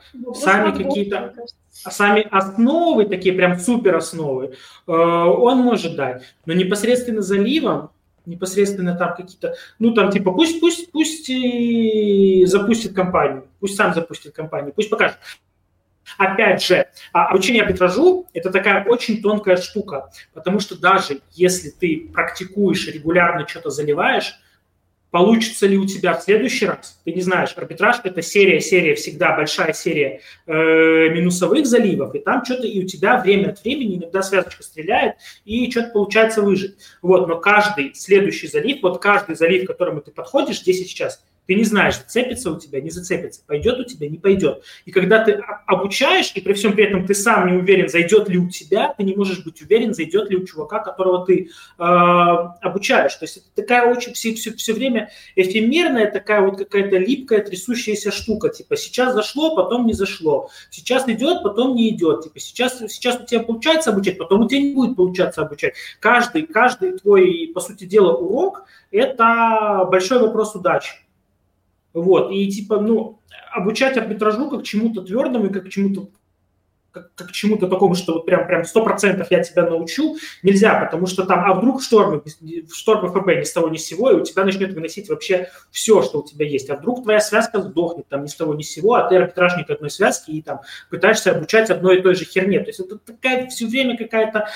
B: сами основы, такие прям супер основы, он может дать, но непосредственно заливом, непосредственно там какие-то, типа пусть запустит компанию, пусть сам запустит компанию, пусть покажет. Опять же, обучение арбитражу – это такая очень тонкая штука, потому что даже если ты практикуешь, регулярно что-то заливаешь, получится ли у тебя в следующий раз, ты не знаешь. Арбитраж – это серия всегда, большая серия минусовых заливов, и там что-то и у тебя время от времени иногда связочка стреляет, и что-то получается выжить. Вот, но каждый следующий залив, вот каждый залив, к которому ты подходишь здесь и сейчас, ты не знаешь, зацепится у тебя, не зацепится, пойдет у тебя, не пойдет. И когда ты обучаешь, и при всем при этом ты сам не уверен, зайдет ли у тебя, ты не можешь быть уверен, зайдет ли у чувака, которого ты обучаешь. То есть это такая очень все время эфемерная, такая вот какая-то липкая, трясущаяся штука. Типа сейчас зашло, потом не зашло. Сейчас идет, потом не идет. Типа сейчас у тебя получается обучать, потом у тебя не будет получаться обучать. Каждый твой, по сути дела, урок – это большой вопрос удачи. Вот, и типа, обучать арбитражу как чему-то твердому и как к чему-то такому, что вот прям 100% я тебя научу, нельзя, потому что там, вдруг шторм ФБ ни с того ни с сего, и у тебя начнет выносить вообще все, что у тебя есть. А вдруг твоя связка сдохнет там ни с того ни с сего, а ты арбитражник одной связки и там пытаешься обучать одной и той же херне. То есть это такая все время какая-то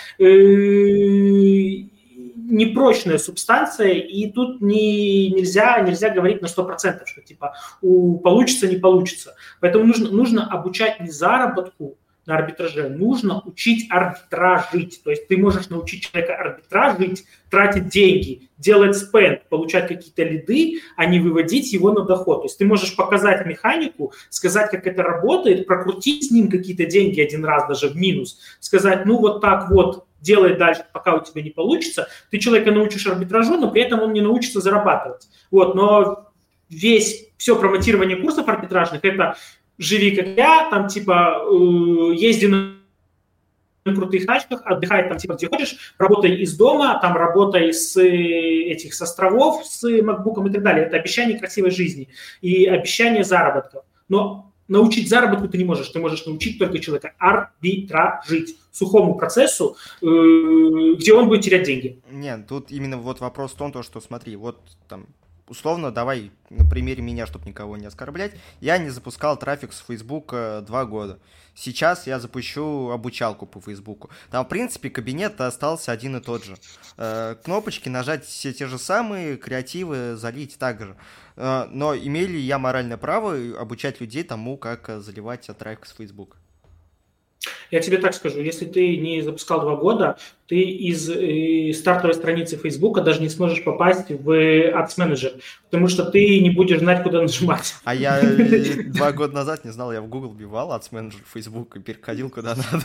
B: непрочная субстанция, и тут нельзя говорить на 100%, что типа получится, не получится. Поэтому нужно обучать не заработку на арбитраже, нужно учить арбитражить. То есть ты можешь научить человека арбитражить, тратить деньги, делать спенд, получать какие-то лиды, а не выводить его на доход. То есть ты можешь показать механику, сказать, как это работает, прокрутить с ним какие-то деньги один раз даже в минус, сказать, вот так вот, делай дальше, пока у тебя не получится. Ты человека научишь арбитражу, но при этом он не научится зарабатывать. Вот, но все промотирование курсов арбитражных – это живи как я, там типа езди на крутых тачках, отдыхай там типа где хочешь, работай из дома, там работай с островов, с макбуком и так далее. Это обещание красивой жизни и обещание заработков. Но научить заработку ты не можешь. Ты можешь научить только человека арбитражить, сухому процессу, где он будет терять деньги.
A: Нет, тут именно вот вопрос в том, что смотри, вот там условно, давай на примере меня, чтобы никого не оскорблять, я не запускал трафик с Facebook 2 года. Сейчас я запущу обучалку по Facebook. Там, в принципе, кабинет остался один и тот же. Кнопочки нажать все те же самые, креативы залить так же. Но имею ли я моральное право обучать людей тому, как заливать трафик с Facebook?
B: Я тебе так скажу, если ты не запускал 2 года, ты из стартовой страницы Facebook даже не сможешь попасть в Ads Manager, потому что ты не будешь знать, куда нажимать.
A: А я 2 года назад не знал, я в Google вбивал Ads Manager Facebook и переходил куда надо.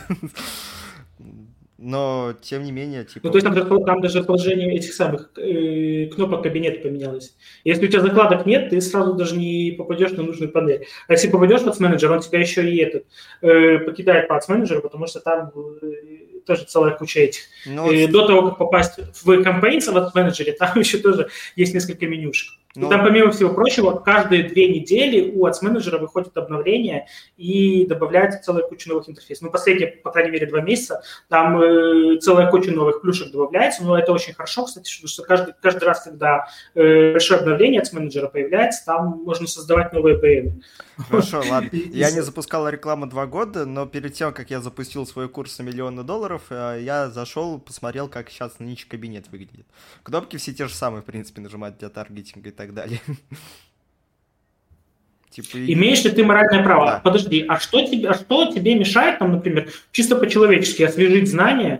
A: Но, тем не менее, типа...
B: то есть там даже расположение этих самых кнопок кабинета поменялось. Если у тебя закладок нет, ты сразу даже не попадешь на нужную панель. А если попадешь в Ads Manager, он тебя еще и покидает по Ads Manager, потому что там тоже целая куча этих. До того, как попасть в Campaigns в Ads Manager, там еще тоже есть несколько менюшек. Там, помимо всего прочего, каждые 2 недели у Ads Manager выходит обновление и добавляется целая куча новых интерфейсов. Последние, по крайней мере, 2 месяца, там целая куча новых плюшек добавляется, но это очень хорошо, кстати, что каждый раз, когда большое обновление Ads Manager появляется, там можно создавать новые PM.
A: Хорошо, ладно. Я не запускал рекламу 2 года, но перед тем, как я запустил свой курс на $1 миллион, я зашел, посмотрел, как сейчас нынче кабинет выглядит. Кнопки все те же самые, в принципе, нажимать для таргетинга и так далее.
B: Имеешь ли ты моральное право? Да. Подожди, а что тебе мешает, там, например, чисто по-человечески освежить знания,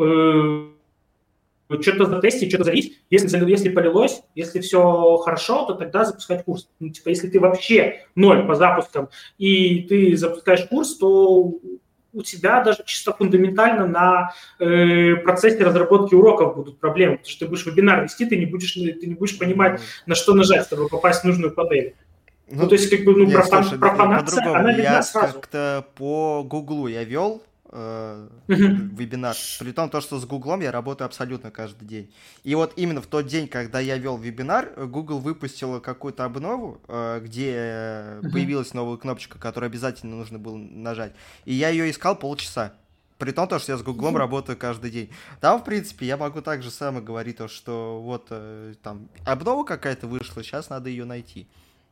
B: что-то затестить, что-то залить? Если полилось, если все хорошо, то тогда запускать курс. Если ты вообще 0 по запускам, и ты запускаешь курс, то у тебя даже чисто фундаментально на процессе разработки уроков будут проблемы, потому что ты будешь вебинар вести, ты не будешь понимать, на что нажать, чтобы попасть в нужную панель. То есть, профанация, она видна сразу.
A: Я как-то по Гуглу я вел вебинар, при том, что с Гуглом я работаю абсолютно каждый день. И вот именно в тот день, когда я вел вебинар, Google выпустил какую-то обнову, где появилась новая кнопочка, которую обязательно нужно было нажать. И я ее искал полчаса. При том, что я с Гуглом работаю каждый день. Там, в принципе, я могу так же самое говорить, что вот там обнова какая-то вышла, сейчас надо ее найти.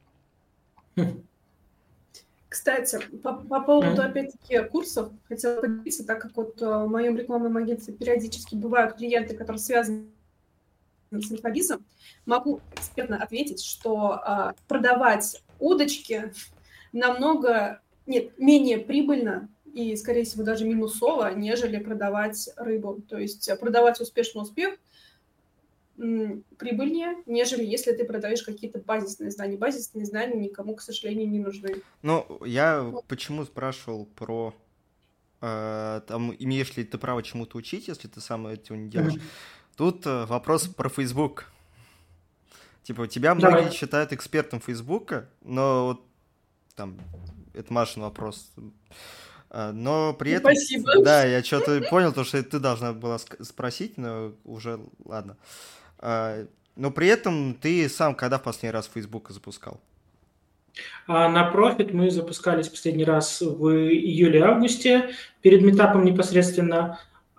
C: Кстати, по поводу, опять-таки, курсов, хотела поделиться, так как вот в моем рекламном агентстве периодически бывают клиенты, которые связаны с инфобизом, могу экспертно ответить, что продавать удочки намного менее прибыльно и, скорее всего, даже минусово, нежели продавать рыбу. То есть продавать успешный успех прибыльнее, нежели если ты продаешь какие-то базисные знания. Базисные знания никому, к сожалению, не нужны.
A: Ну, я почему спрашивал про там, имеешь ли ты право чему-то учить, если ты сам этого не делаешь. Тут вопрос про Facebook. Типа, тебя многие считают экспертом Фейсбука, но вот там, это Машин вопрос. Но при этом...
C: Спасибо.
A: Да, я что-то понял, то, что ты должна была спросить, но уже ладно. Но при этом ты сам когда в последний раз Facebook запускал?
B: На Profit мы запускались последний раз в июле-августе, перед митапом непосредственно.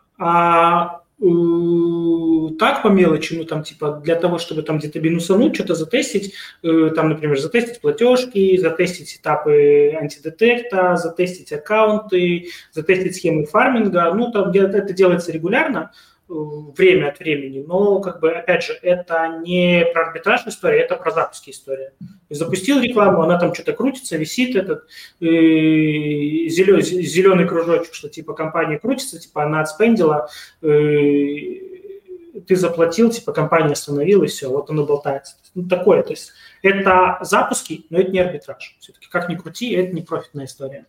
B: Так по мелочи, ну там типа для того, чтобы там где-то минусануть, что-то затестить, там, например, затестить платежки, затестить этапы антидетекта, затестить аккаунты, затестить схемы фарминга, ну там это делается регулярно, время от времени, но как бы опять же это не про арбитраж история, это про запуски история. Запустил рекламу, она там что-то крутится, висит этот зеленый кружочек, что типа компания крутится, типа она отспендила, ты заплатил, типа компания остановилась, все, вот оно болтается. Ну, такое, то есть это запуски, но это не арбитраж. Все-таки как ни крути, это не профитная история.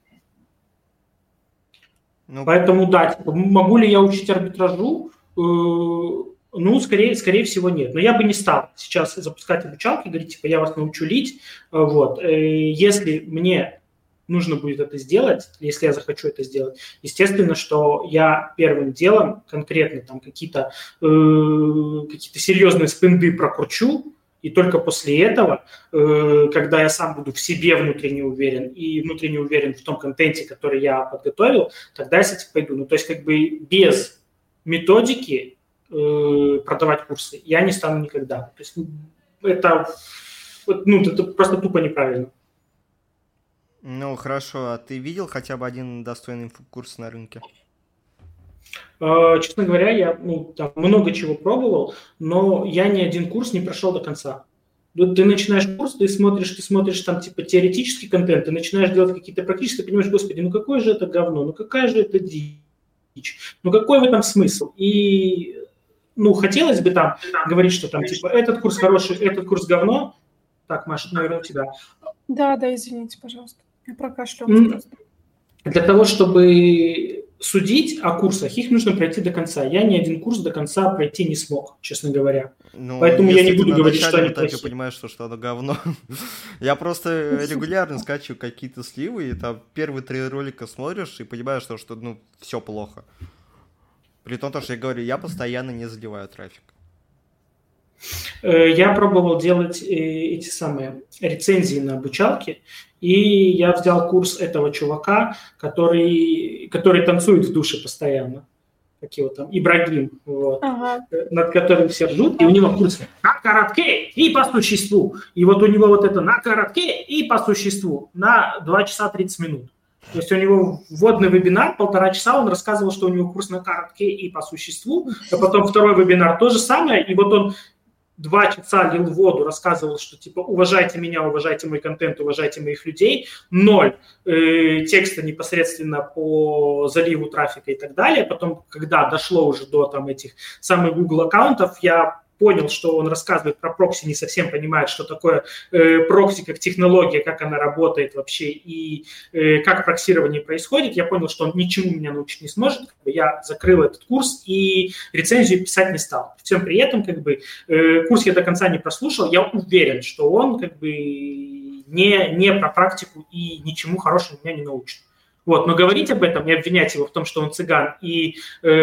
B: Поэтому да, типа, могу ли я учить арбитражу? Ну, скорее всего, нет. Но я бы не стал сейчас запускать обучалки, говорить, типа, я вас научу лить. Вот. Если мне нужно будет это сделать, если я захочу это сделать, естественно, что я первым делом конкретно там какие-то серьезные спинды прокручу, и только после этого, когда я сам буду в себе внутренне уверен и внутренне уверен в том контенте, который я подготовил, тогда я с этим пойду. Ну, то есть как бы без методики продавать курсы я не стану никогда. То есть это просто тупо неправильно.
A: Ну, хорошо. А ты видел хотя бы один достойный курс на рынке?
B: Честно говоря, я там много чего пробовал, но я ни один курс не прошел до конца. Ты начинаешь курс, ты смотришь там типа теоретический контент, ты начинаешь делать какие-то практические, ты понимаешь, господи, ну какое же это говно, ну какая же это дичь, ну какой в этом смысл? И хотелось бы там говорить, что там типа этот курс хороший, этот курс говно. Так, Маша, наверное, у тебя.
C: Да, извините, пожалуйста. Я прокашлялась просто.
B: Для того, чтобы судить о курсах, их нужно пройти до конца. Я ни один курс до конца пройти не смог, честно говоря. Поэтому я не буду говорить, что они плохие.
A: Я понимаю, что оно говно. Я просто регулярно скачиваю какие-то сливы, и там первые 3 ролика смотришь и понимаешь, что все плохо. При том, что я говорю, я постоянно не заливаю трафик.
B: Я пробовал делать эти самые рецензии на обучалке, и я взял курс этого чувака, который танцует в душе постоянно. Как его там, Ибрагим, вот, над которым все ржут, и у него курс на коротке и по существу. И вот у него вот это на коротке и по существу на 2 часа 30 минут. То есть у него вводный вебинар, 1,5 часа, он рассказывал, что у него курс на коротке и по существу, а потом второй вебинар то же самое, и вот он 2 часа лил воду, рассказывал, что типа уважайте меня, уважайте мой контент, уважайте моих людей, 0 текста непосредственно по заливу трафика и так далее. Потом, когда дошло уже до там этих самых Google аккаунтов, я понял, что он рассказывает про прокси, не совсем понимает, что такое прокси как технология, как она работает вообще и как проксирование происходит. Я понял, что он ничему меня научить не сможет. Я закрыл этот курс и рецензию писать не стал. При всем при этом курс я до конца не прослушал. Я уверен, что он не про практику и ничему хорошему меня не научит. Вот, но говорить об этом и обвинять его в том, что он цыган и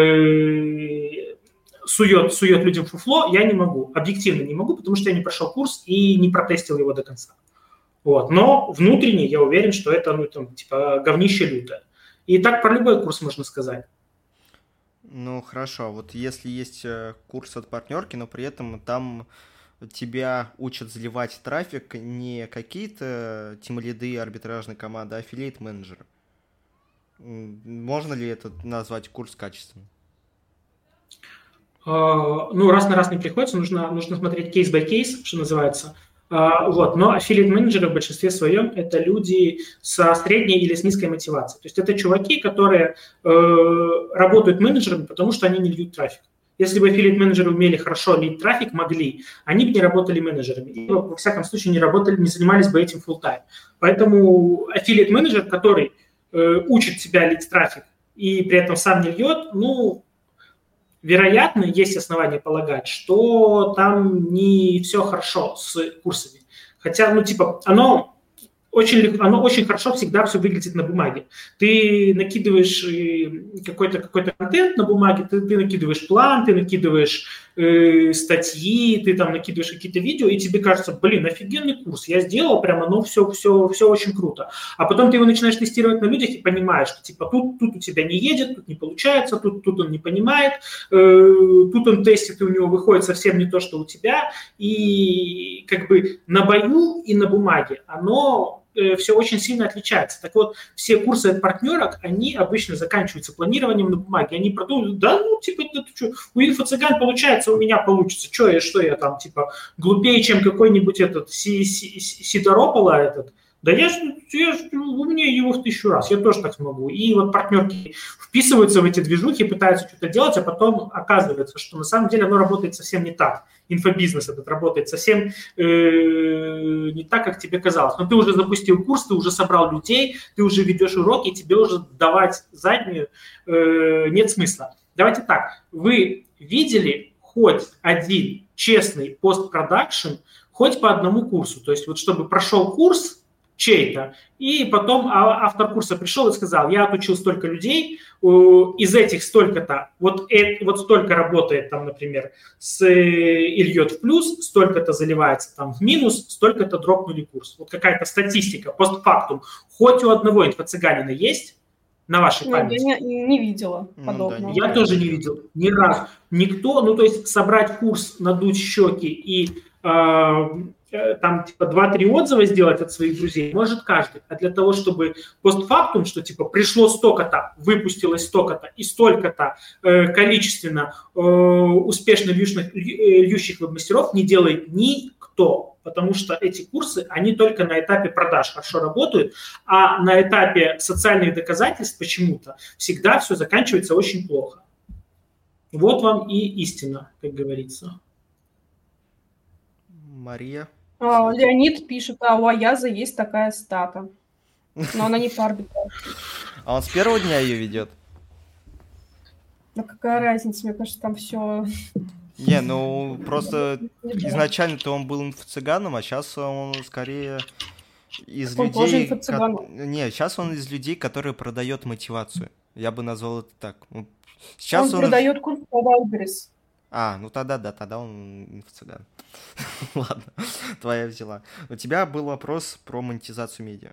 B: сует людям фуфло, я не могу, объективно не могу, потому что я не прошел курс и не протестил его до конца. Вот. Но внутренне я уверен, что это говнище лютое. И так про любой курс можно сказать.
A: Ну, хорошо. Вот если есть курс от партнерки, но при этом там тебя учат заливать трафик не какие-то тимлиды арбитражной команды, а аффилиейт-менеджеры. Можно ли это назвать курс качественным?
B: ну, раз на раз не приходится, нужно смотреть кейс-бай-кейс, что называется. Вот. Но аффилиат-менеджеры в большинстве своем это люди со средней или с низкой мотивацией. То есть это чуваки, которые работают менеджерами, потому что они не льют трафик. Если бы аффилиат-менеджеры умели хорошо лить трафик, могли, они бы не работали менеджерами. И, во всяком случае, не занимались бы этим full-time. Поэтому аффилиат-менеджер, который учит себя лить трафик и при этом сам не льет, ну, вероятно, есть основания полагать, что там не все хорошо с курсами. Хотя, ну, типа, оно очень хорошо всегда все выглядит на бумаге. Ты накидываешь какой-то контент на бумаге, ты накидываешь план, ты накидываешь статьи, ты там накидываешь какие-то видео, и тебе кажется, блин, офигенный курс, я сделал, прямо, ну, все очень круто. А потом ты его начинаешь тестировать на людях и понимаешь, что типа тут у тебя не едет, тут не получается, тут он не понимает, тут он тестит, и у него выходит совсем не то, что у тебя. И как бы на бою и на бумаге оно все очень сильно отличается. Так вот, все курсы от партнерок, они обычно заканчиваются планированием на бумаге. Они продумывают, да, ну, типа, да, ты что, у инфо-цыган получается, у меня получится. Что я там, типа, глупее, чем какой-нибудь этот Сидоропола этот. Да я ж умнее его в 1000 раз, я тоже так смогу. И вот партнерки вписываются в эти движухи, пытаются что-то делать, а потом оказывается, что на самом деле оно работает совсем не так. Инфобизнес этот работает совсем не так, как тебе казалось. Но ты уже запустил курс, ты уже собрал людей, ты уже ведешь уроки, и тебе уже давать заднюю нет смысла. Давайте так, вы видели хоть один честный постпродакшн хоть по одному курсу? То есть вот чтобы прошел курс чей-то, и потом автор курса пришел и сказал, я отучил столько людей, из этих столько-то, вот столько работает там, например, льет в плюс, столько-то заливается там в минус, столько-то дропнули курс. Вот какая-то статистика, постфактум. Хоть у одного инфо-цыганина есть на вашей памяти?
C: Я не видела подобного.
B: Да, я тоже не видел ни разу. Никто, ну то есть собрать курс, надуть щеки и там типа 2-3 отзыва сделать от своих друзей может каждый. А для того, чтобы постфактум, что типа пришло столько-то, выпустилось столько-то и столько-то количественно успешно льющих веб-мастеров не делает никто. Потому что эти курсы, они только на этапе продаж хорошо работают, а на этапе социальных доказательств почему-то всегда все заканчивается очень плохо. Вот вам и истина, как говорится.
A: Мария.
C: Леонид пишет, у Аяза есть такая стата. Но она не по арбитражу.
A: А он с первого дня ее ведет?
C: Да какая разница, мне кажется, там все...
A: Не, ну просто изначально-то он был инфо-цыганом, а сейчас он скорее из
C: он
A: людей...
C: тоже инфо-цыган.
A: Не, сейчас он из людей, которые продает мотивацию. Я бы назвал это так. Сейчас
C: он продает курс по Wildberries.
A: Ну тогда да, тогда он инфо-цыган. Ладно, твоя взяла. У тебя был вопрос про монетизацию медиа.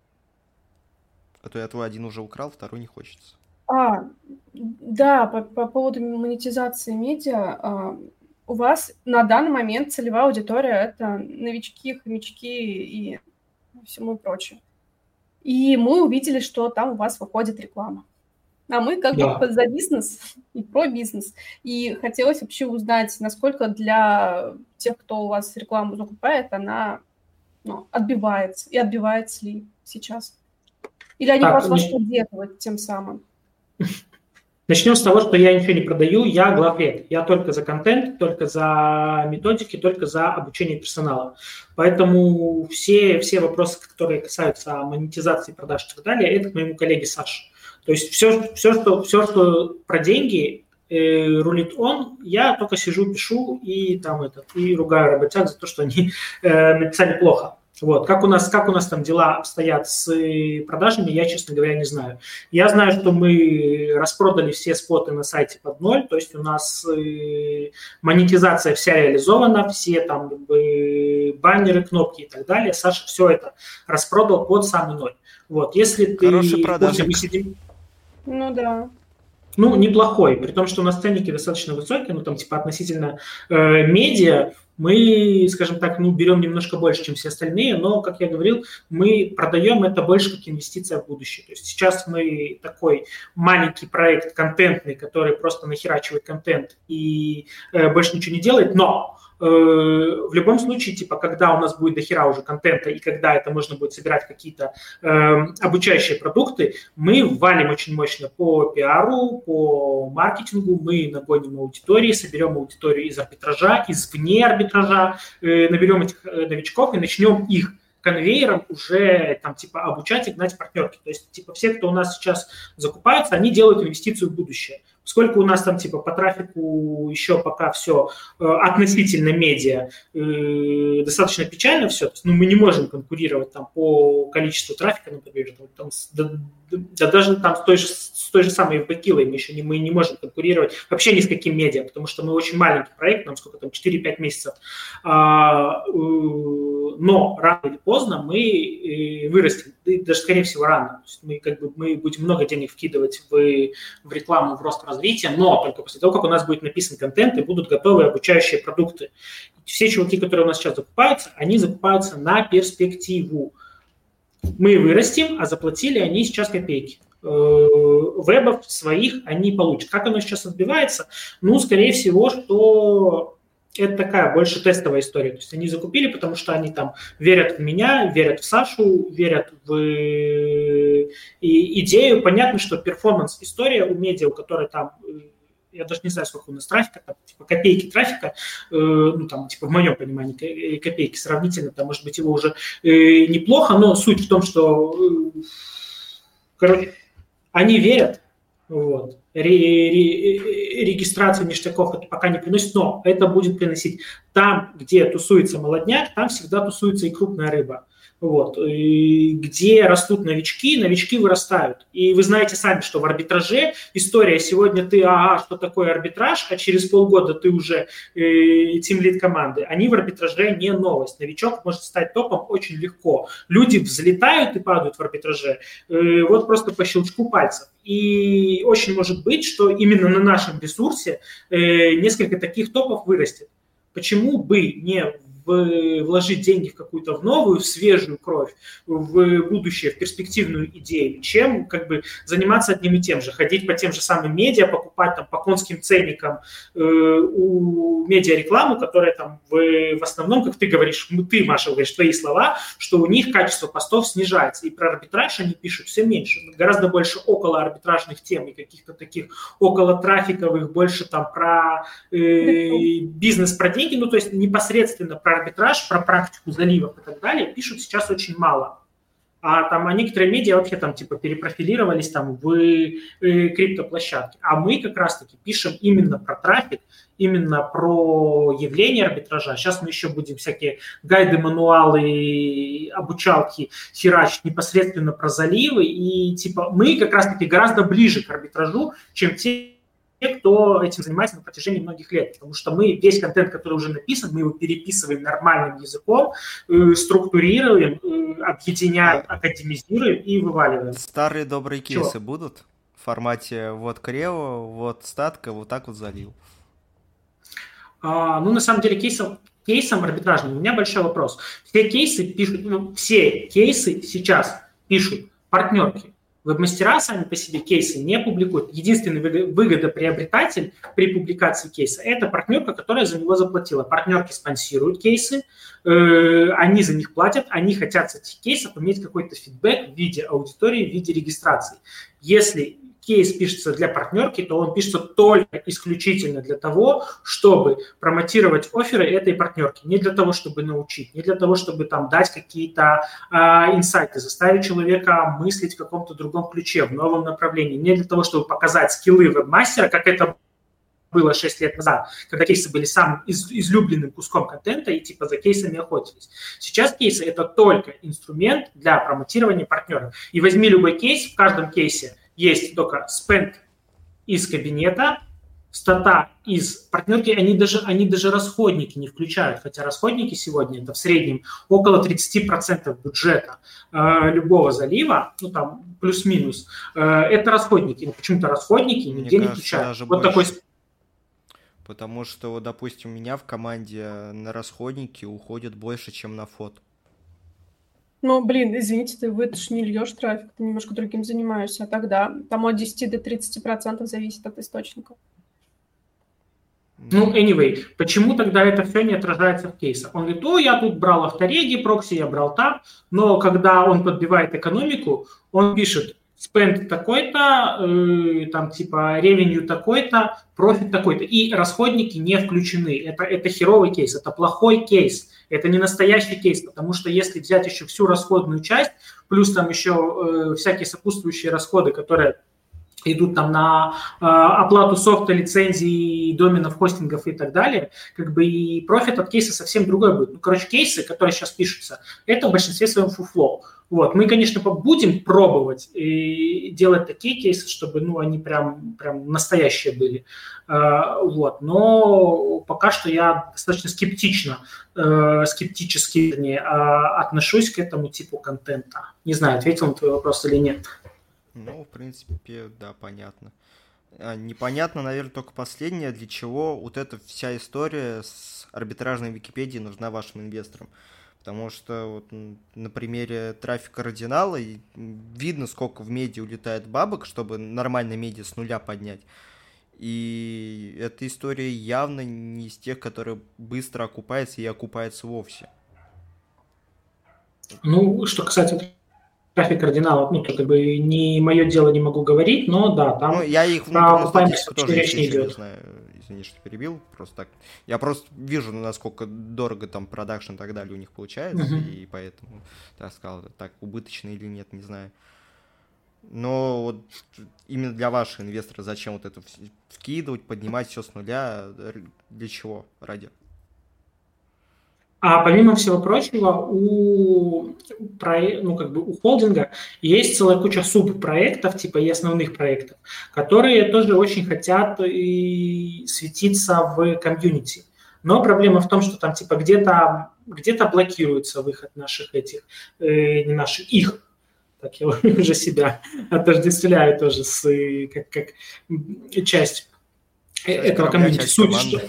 A: А то я твой один уже украл, второй не хочется.
C: Да, по поводу монетизации медиа. У вас на данный момент целевая аудитория – это новички, хомячки и всему прочее. И мы увидели, что там у вас выходит реклама. А мы как бы за бизнес и про бизнес. И хотелось вообще узнать, насколько для тех, кто у вас рекламу закупает, она отбивается. И отбивается ли сейчас? Или они просто вас поддерживают тем самым?
B: Начнем с того, что я ничего не продаю, я главред. Я только за контент, только за методики, только за обучение персонала. Поэтому все вопросы, которые касаются монетизации, продаж и так далее, это к моему коллеге Саше. То есть все, что про деньги рулит он, я только сижу, пишу и ругаю работяг за то, что они написали плохо. Вот. Как у нас там дела обстоят с продажами, я, честно говоря, не знаю. Я знаю, что мы распродали все споты на сайте под ноль, то есть у нас монетизация вся реализована, все там баннеры, кнопки и так далее. Саша все это распродал под самый ноль. Вот. Если ты...
A: Хороший продажник.
C: Ну да.
B: Ну, неплохой, при том, что у нас ценники достаточно высокие, ну, там, типа, относительно медиа, мы, скажем так, ну, берем немножко больше, чем все остальные, но, как я говорил, мы продаем это больше как инвестиция в будущее. То есть сейчас мы такой маленький проект контентный, который просто нахерачивает контент и больше ничего не делает, но в любом случае, типа, когда у нас будет дохера уже контента и когда это можно будет собирать какие-то обучающие продукты, мы валим очень мощно по пиару, по маркетингу, мы нагоним аудитории, соберем аудиторию из арбитража, извне арбитража, наберем этих новичков и начнем их конвейером уже там типа обучать и гнать партнерки. То есть типа все, кто у нас сейчас закупаются, они делают инвестицию в будущее. Поскольку у нас там типа по трафику еще пока все относительно медиа достаточно печально все, то есть, ну, мы не можем конкурировать там по количеству трафика, например, там, да даже там с той же самой FBKill мы не можем конкурировать вообще ни с каким медиа, потому что мы очень маленький проект, нам сколько там, 4-5 месяцев. Но рано или поздно мы вырастем, даже скорее всего рано. То есть мы будем много денег вкидывать в рекламу, в рост развития, но только после того, как у нас будет написан контент и будут готовы обучающие продукты. Все чуваки, которые у нас сейчас закупаются, они закупаются на перспективу. Мы вырастим, а заплатили они сейчас копейки. Вебов своих они получат. Как оно сейчас отбивается? Ну, скорее всего, что это такая больше тестовая история. То есть они закупили, потому что они там верят в меня, верят в Сашу, верят в идею. Понятно, что перформанс-история у медиа, у которой там, я даже не знаю, сколько у нас трафика, там, типа копейки трафика, ну, там, типа, в моем понимании, копейки сравнительно, там, может быть, его уже неплохо, но суть в том, что, короче, они верят, вот. Регистрацию ништяков это пока не приносит, но это будет приносить. Там, где тусуется молодняк, там всегда тусуется и крупная рыба. Вот. И где растут новички вырастают. И вы знаете сами, что в арбитраже история сегодня ты, что такое арбитраж, а через полгода ты уже тимлид команды. Они в арбитраже не новость. Новичок может стать топом очень легко. Люди взлетают и падают в арбитраже вот просто по щелчку пальцев. И очень может быть, что именно на нашем ресурсе несколько таких топов вырастет. Почему бы не вложить деньги в какую-то новую, в свежую кровь, в будущее, в перспективную идею, чем как бы заниматься одним и тем же, ходить по тем же самым медиа, покупать там по конским ценникам у медиарекламу, которая там в основном, как ты говоришь, ты, Маша, говоришь твои слова, что у них качество постов снижается, и про арбитраж они пишут все меньше, гораздо больше около арбитражных тем и каких-то таких около трафиковых, больше там про бизнес, про деньги, ну то есть непосредственно про арбитраж, про практику заливов и так далее пишут сейчас очень мало. А там некоторые медиа вообще там типа перепрофилировались там в криптоплощадке. А мы как раз-таки пишем именно про трафик, именно про явление арбитража. Сейчас мы еще будем всякие гайды, мануалы, обучалки херачить непосредственно про заливы. И типа мы как раз-таки гораздо ближе к арбитражу, чем те, кто этим занимается на протяжении многих лет. Потому что мы весь контент, который уже написан, мы его переписываем нормальным языком, структурируем, объединяем, академизируем и вываливаем.
A: Старые добрые кейсы будут в формате вот крево, вот статка, вот так вот залил?
B: Ну, на самом деле, кейсом арбитражным у меня большой вопрос. Все кейсы сейчас пишут партнерки. Веб-мастера сами по себе кейсы не публикуют. Единственный выгодоприобретатель при публикации кейса – это партнерка, которая за него заплатила. Партнерки спонсируют кейсы, они за них платят, они хотят с этих кейсов иметь какой-то фидбэк в виде аудитории, в виде регистрации. Если кейс пишется для партнерки, то он пишется только исключительно для того, чтобы промотировать офферы этой партнерки. Не для того, чтобы научить, не для того, чтобы там дать какие-то инсайты, заставить человека мыслить в каком-то другом ключе, в новом направлении. Не для того, чтобы показать скиллы веб-мастера, как это было 6 лет назад, когда кейсы были самым излюбленным куском контента и типа за кейсами охотились. Сейчас кейсы – это только инструмент для промотирования партнеров. И возьми любой кейс, в каждом кейсе есть только spend из кабинета, стата из партнерки, они даже расходники не включают, хотя расходники сегодня это в среднем около 30% бюджета любого залива, ну там плюс-минус, это расходники. Но почему-то расходники нигде не включают. Вот такой...
A: Потому что, допустим, у меня в команде на расходники уходит больше, чем на фото.
C: Ну, блин, извините, вы ж не льешь трафик, ты немножко другим занимаешься, а тогда там от 10 до 30% зависит от источника.
B: Ну, anyway, почему тогда это все не отражается в кейсах? Он говорит, я тут брал автореги, прокси я брал там, но когда он подбивает экономику, он пишет spend такой-то, там типа revenue такой-то, профит такой-то, и расходники не включены. Это херовый кейс, это плохой кейс, это не настоящий кейс, потому что если взять еще всю расходную часть, плюс там еще всякие сопутствующие расходы, которые идут там на оплату софта, лицензий, доменов, хостингов и так далее, как бы и профит от кейса совсем другой будет. Ну, короче, кейсы, которые сейчас пишутся, это в большинстве своем фуфло. Вот. Мы, конечно, будем пробовать и делать такие кейсы, чтобы они прям настоящие были. Вот. Но пока что я достаточно скептически отношусь к этому типу контента. Не знаю, ответил на твой вопрос или нет.
A: Ну, в принципе, да, понятно. Непонятно, наверное, только последнее, для чего вот эта вся история с арбитражной Википедией нужна вашим инвесторам. Потому что вот на примере трафика Родинала видно, сколько в медиа улетает бабок, чтобы нормально медиа с нуля поднять. И эта история явно не из тех, которые быстро окупается и окупается вовсе.
B: Ну, что касается трафик кардиналов, то как бы не мое дело, не могу говорить, но да, там
A: я их
B: окупаемость тоже речь не идет.
A: Не знаю, извини, что перебил, просто так. Я просто вижу, насколько дорого там продакшн и так далее у них получается, и поэтому, так сказал, так убыточно или нет, не знаю. Но вот именно для ваших инвесторов зачем вот это вкидывать, поднимать все с нуля, для чего, ради?
B: А помимо всего прочего, у холдинга есть целая куча субпроектов, типа и основных проектов, которые тоже очень хотят и светиться в комьюнити. Но проблема в том, что там типа где-то блокируется выход наших не наших, их. Так я уже себя отождествляю тоже как часть этого комьюнити. Суть, что...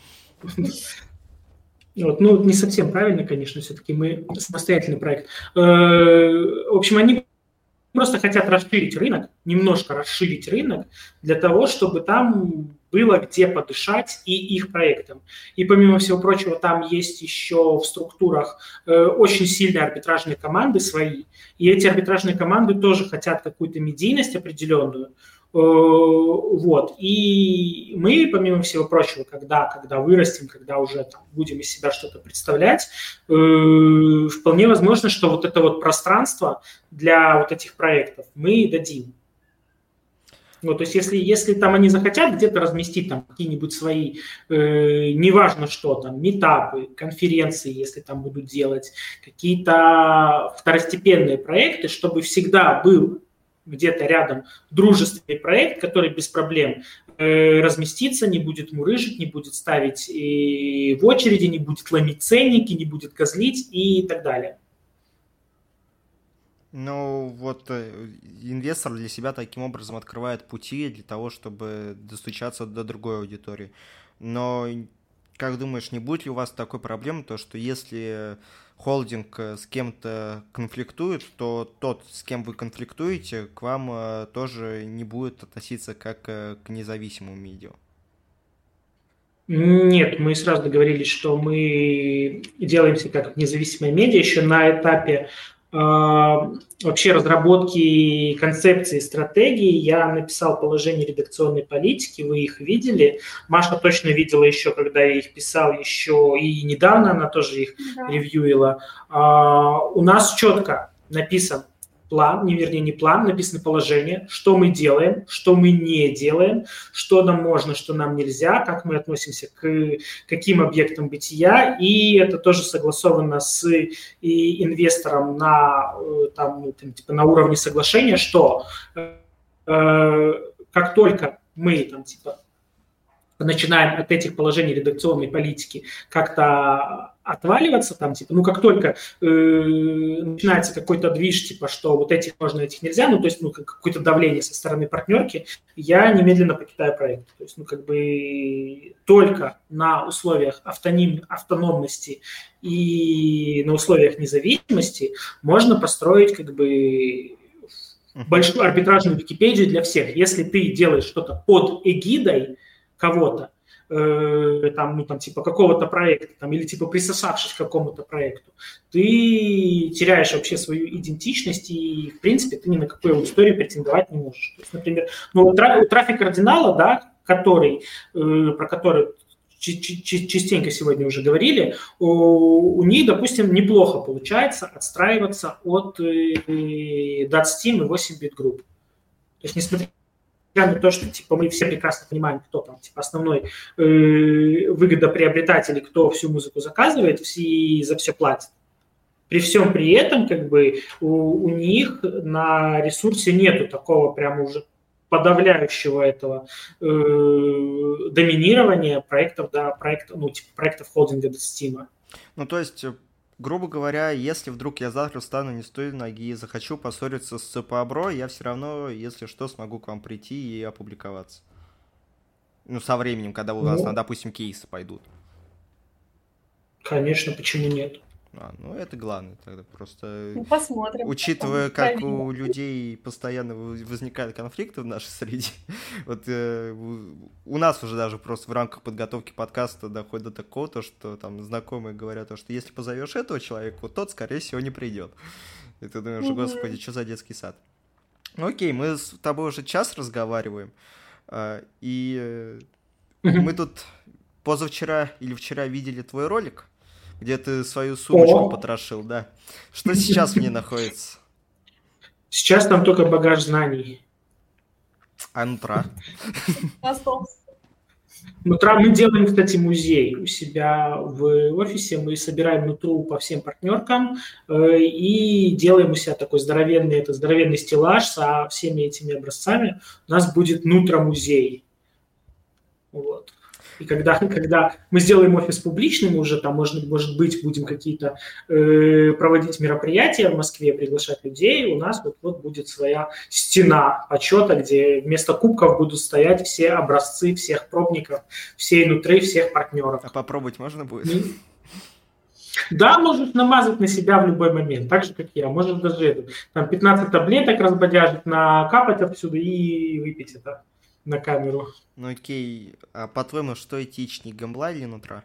B: Вот, не совсем правильно, конечно, все-таки мы самостоятельный проект. В общем, они просто хотят расширить рынок, немножко расширить рынок для того, чтобы там было где подышать и их проектам. И помимо всего прочего, там есть еще в структурах очень сильные арбитражные команды свои, и эти арбитражные команды тоже хотят какую-то медийность определенную. Вот. И мы, помимо всего прочего, когда вырастем, когда уже там будем из себя что-то представлять, вполне возможно, что вот это вот пространство для вот этих проектов мы дадим. Ну, то есть если там они захотят где-то разместить там какие-нибудь свои, неважно что там, митапы, конференции, если там будут делать, какие-то второстепенные проекты, чтобы всегда был где-то рядом дружественный проект, который без проблем разместится, не будет мурыжить, не будет ставить в очереди, не будет ломить ценники, не будет козлить и так далее.
A: Ну, вот инвестор для себя таким образом открывает пути для того, чтобы достучаться до другой аудитории. Но, как думаешь, не будет ли у вас такой проблемы, то что если холдинг с кем-то конфликтует, то тот, с кем вы конфликтуете, к вам тоже не будет относиться как к независимому медиа?
B: Нет, мы сразу договорились, что мы делаемся как независимое медиа еще на этапе вообще разработки концепции, стратегии. Я написал положение редакционной политики, вы их видели. Маша точно видела еще, когда я их писал, еще и недавно она тоже их ревьюила. У нас четко написан план, не план, написано положение, что мы делаем, что мы не делаем, что нам можно, что нам нельзя, как мы относимся к каким объектам бытия, и это тоже согласовано с инвестором на уровне соглашения, что как только мы начинаем от этих положений редакционной политики как-то отваливаться, там, типа, как только начинается какой-то движ, типа, что вот этих можно, этих нельзя, то есть, какое-то давление со стороны партнерки, я немедленно покидаю проект. То есть, только на условиях автономности и на условиях независимости можно построить, большую арбитражную Википедию для всех. Если ты делаешь что-то под эгидой кого-то, типа какого-то проекта, или типа присосавшись к какому-то проекту, ты теряешь вообще свою идентичность, и, в принципе, ты ни на какую аудиторию претендовать не можешь. То есть, например, трафик кардинала, да, про который частенько сегодня уже говорили, у них, допустим, неплохо получается отстраиваться от DotSteam и 8-bit групп. То есть, несмотря на то, что типа, мы все прекрасно понимаем, кто там типа, основной выгодоприобретатель, кто всю музыку заказывает и за все платит. При всем при этом у них на ресурсе нету такого прямо уже подавляющего этого доминирования проектов, проектов холдинга Steam.
A: То есть, грубо говоря, если вдруг я завтра встану не с той ноги и захочу поссориться с Пабро, я все равно, если что, смогу к вам прийти и опубликоваться. Со временем, когда у вас, допустим, кейсы пойдут.
B: Конечно, почему нет?
A: Это главное тогда просто.
C: Посмотрим.
A: Учитывая, как у людей постоянно возникают конфликты в нашей среде, у нас уже даже просто в рамках подготовки подкаста доходит до такого, что там знакомые говорят, что если позовешь этого человека, тот, скорее всего, не придет. И ты думаешь, господи, что за детский сад? Окей, мы с тобой уже час разговариваем, и мы тут позавчера или вчера видели твой ролик, где ты свою сумочку потрошил, да. Что сейчас в ней находится?
B: Сейчас там только багаж знаний.
A: А нутра?
B: Нутра мы делаем, кстати, музей у себя в офисе. Мы собираем нутру по всем партнеркам и делаем у себя такой здоровенный стеллаж со всеми этими образцами. У нас будет нутра-музей. Вот. И когда мы сделаем офис публичным, уже там, может быть, будем какие-то проводить мероприятия в Москве, приглашать людей, у нас вот будет своя стена почета, где вместо кубков будут стоять все образцы всех пробников, всей нутры, всех партнеров.
A: А попробовать можно будет?
B: Да, можешь намазать на себя в любой момент, так же, как я. Можешь даже 15 таблеток разбодяжить, накапать отсюда и выпить это на камеру.
A: Окей. А по-твоему, что этичнее, гамбла или нутра?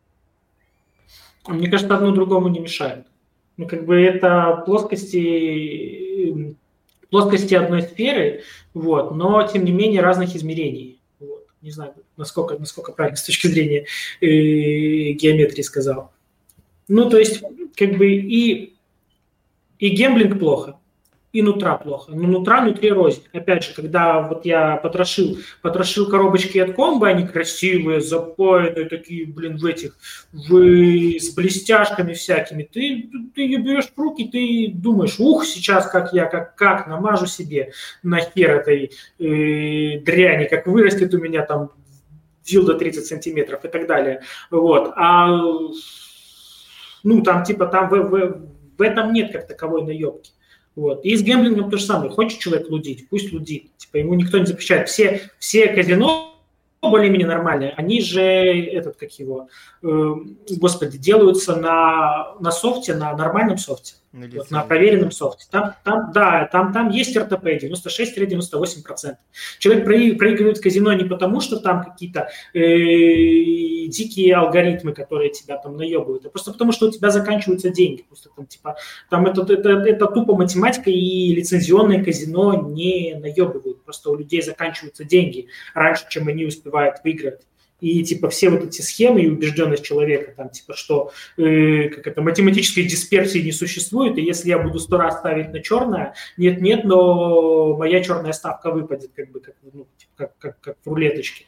B: Мне кажется, одно другому не мешает. Это плоскости одной сферы, но, тем не менее, разных измерений. Не знаю, насколько правильно с точки зрения геометрии сказал. То есть, и гемблинг плохо, и нутра плохо. Но нутра внутри рознь. Опять же, когда я потрошил коробочки от комбо, они красивые, запаянные, такие, с блестяшками всякими. Ты ее берешь в руки, ты думаешь, сейчас как намажу себе нахер этой дряни, как вырастет у меня там дилдо 30 сантиметров и так далее. Там в этом нет как таковой наебки. И с гэмблингом то же самое. Хочет человек лудить, пусть лудит. Ему никто не запрещает. Все казино более-менее нормальные, они же, делаются на софте, на нормальном софте, на проверенном софте. Там есть РТП 96-98%. Человек проигрывает в казино не потому, что там какие-то дикие алгоритмы, которые тебя там наебывают, а просто потому, что у тебя заканчиваются деньги. Просто это тупо математика, и лицензионное казино не наебывают. Просто у людей заканчиваются деньги раньше, чем они успевают выиграть. И все эти схемы и убежденность человека, что математической дисперсии не существует, и если я буду 100 раз ставить на черное, нет, но моя черная ставка выпадет, как в рулеточке.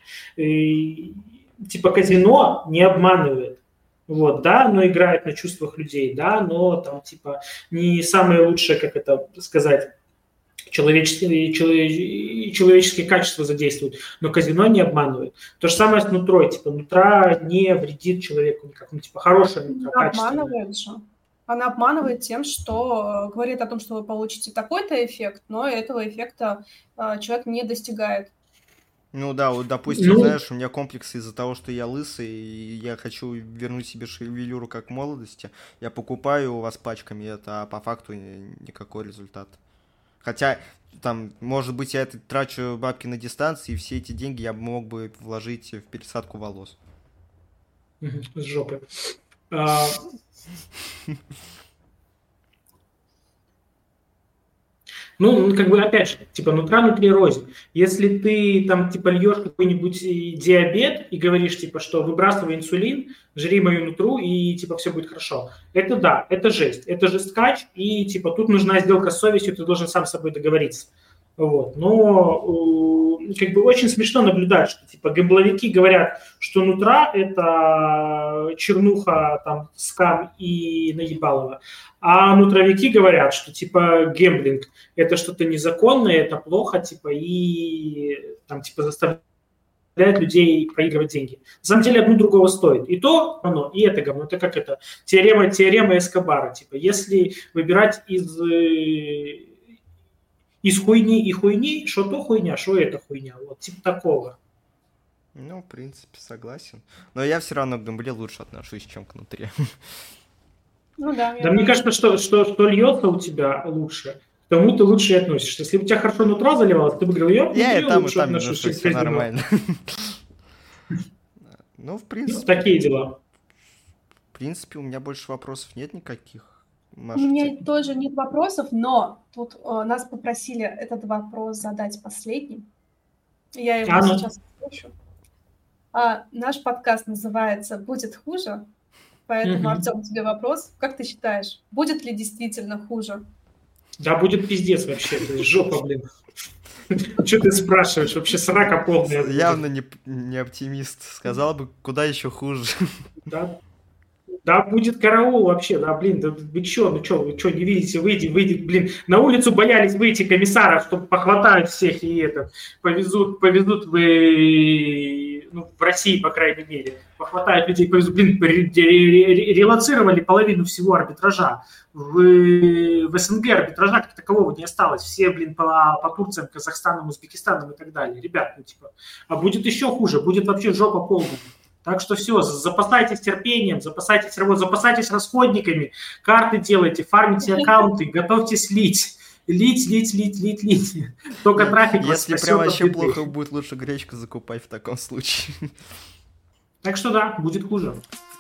B: Казино не обманывает. Но играет на чувствах людей, но не самое лучшее, человеческие качества задействуют, но казино не обманывает. То же самое с нутрой, типа, нутра не вредит человеку никак, ну, типа, хорошая нутра, качественная.
C: Обманывает же. Она обманывает тем, что говорит о том, что вы получите такой-то эффект, но этого эффекта человек не достигает.
A: Ну да, вот, допустим, знаешь, у меня комплекс из-за того, что я лысый, и я хочу вернуть себе шевелюру как в молодости. Я покупаю у вас пачками это, а по факту никакой результат. Хотя, там, может быть, я трачу бабки на дистанции, и все эти деньги я мог бы вложить в пересадку волос.
B: С жопы. Ну, как бы, опять же, типа, нутра внутри рознь. Если ты, там, типа, льешь какой-нибудь диабет и говоришь, типа, что выбрасывай инсулин, жри мою нутру, и, типа, все будет хорошо. Это да, это жесть. Это жесткач, и, типа, тут нужна сделка с совестью, ты должен сам с собой договориться. Вот. Но, как бы, очень смешно наблюдать, что, типа, гэмбловики говорят, что нутра – это чернуха, там, скам и наебалово. А нутровики говорят, что, типа, гэмблинг – это что-то незаконное, это плохо, типа, и, там, типа, заставляет людей проигрывать деньги. На самом деле, одно другого стоит. И то говно, и это говно. Это как это? Теорема Эскобара. Типа, если выбирать из хуйни и хуйни, что то хуйня, что это хуйня. Вот, типа такого.
A: Ну, в принципе, согласен. Но я все равно к гэмбле лучше отношусь, чем к нутре.
C: Ну да.
B: Да, мне кажется, что льется у тебя лучше, к тому ты лучше и относишься. Если бы у тебя хорошо нутра заливалось, ты бы говорил,
A: я и там отношусь, все нормально. Ну, в принципе...
B: Такие дела.
A: В принципе, у меня больше вопросов нет никаких.
C: У меня тоже нет вопросов, но тут нас попросили этот вопрос задать последним. Я его сейчас слышу. Наш подкаст называется «Будет хуже», поэтому, Артем, тебе вопрос. Как ты считаешь, будет ли действительно хуже?
B: Да, будет пиздец вообще, это жопа, блин. Что ты спрашиваешь? Вообще срака полная.
A: Явно не оптимист. Сказал бы, куда еще хуже.
B: Да, будет караул вообще, да, блин, да вы что, не видите, выйди, блин, на улицу боялись выйти комиссаров, чтобы похватают всех и повезут в России, по крайней мере, похватают людей, повезут, блин, релоцировали половину всего арбитража, в СНГ арбитража как такового не осталось, все, блин, по Турциям, Казахстанам, Узбекистанам и так далее, ребят, ну, типа, а будет еще хуже, будет вообще жопа полная. Так что все, запасайтесь терпением, запасайтесь работой, запасайтесь расходниками, карты делайте, фармите аккаунты, готовьтесь лить. Лить. Только трафик вас спасет.
A: Если прям вообще плохо будет, лучше гречку закупать в таком случае.
B: Так что да, будет хуже.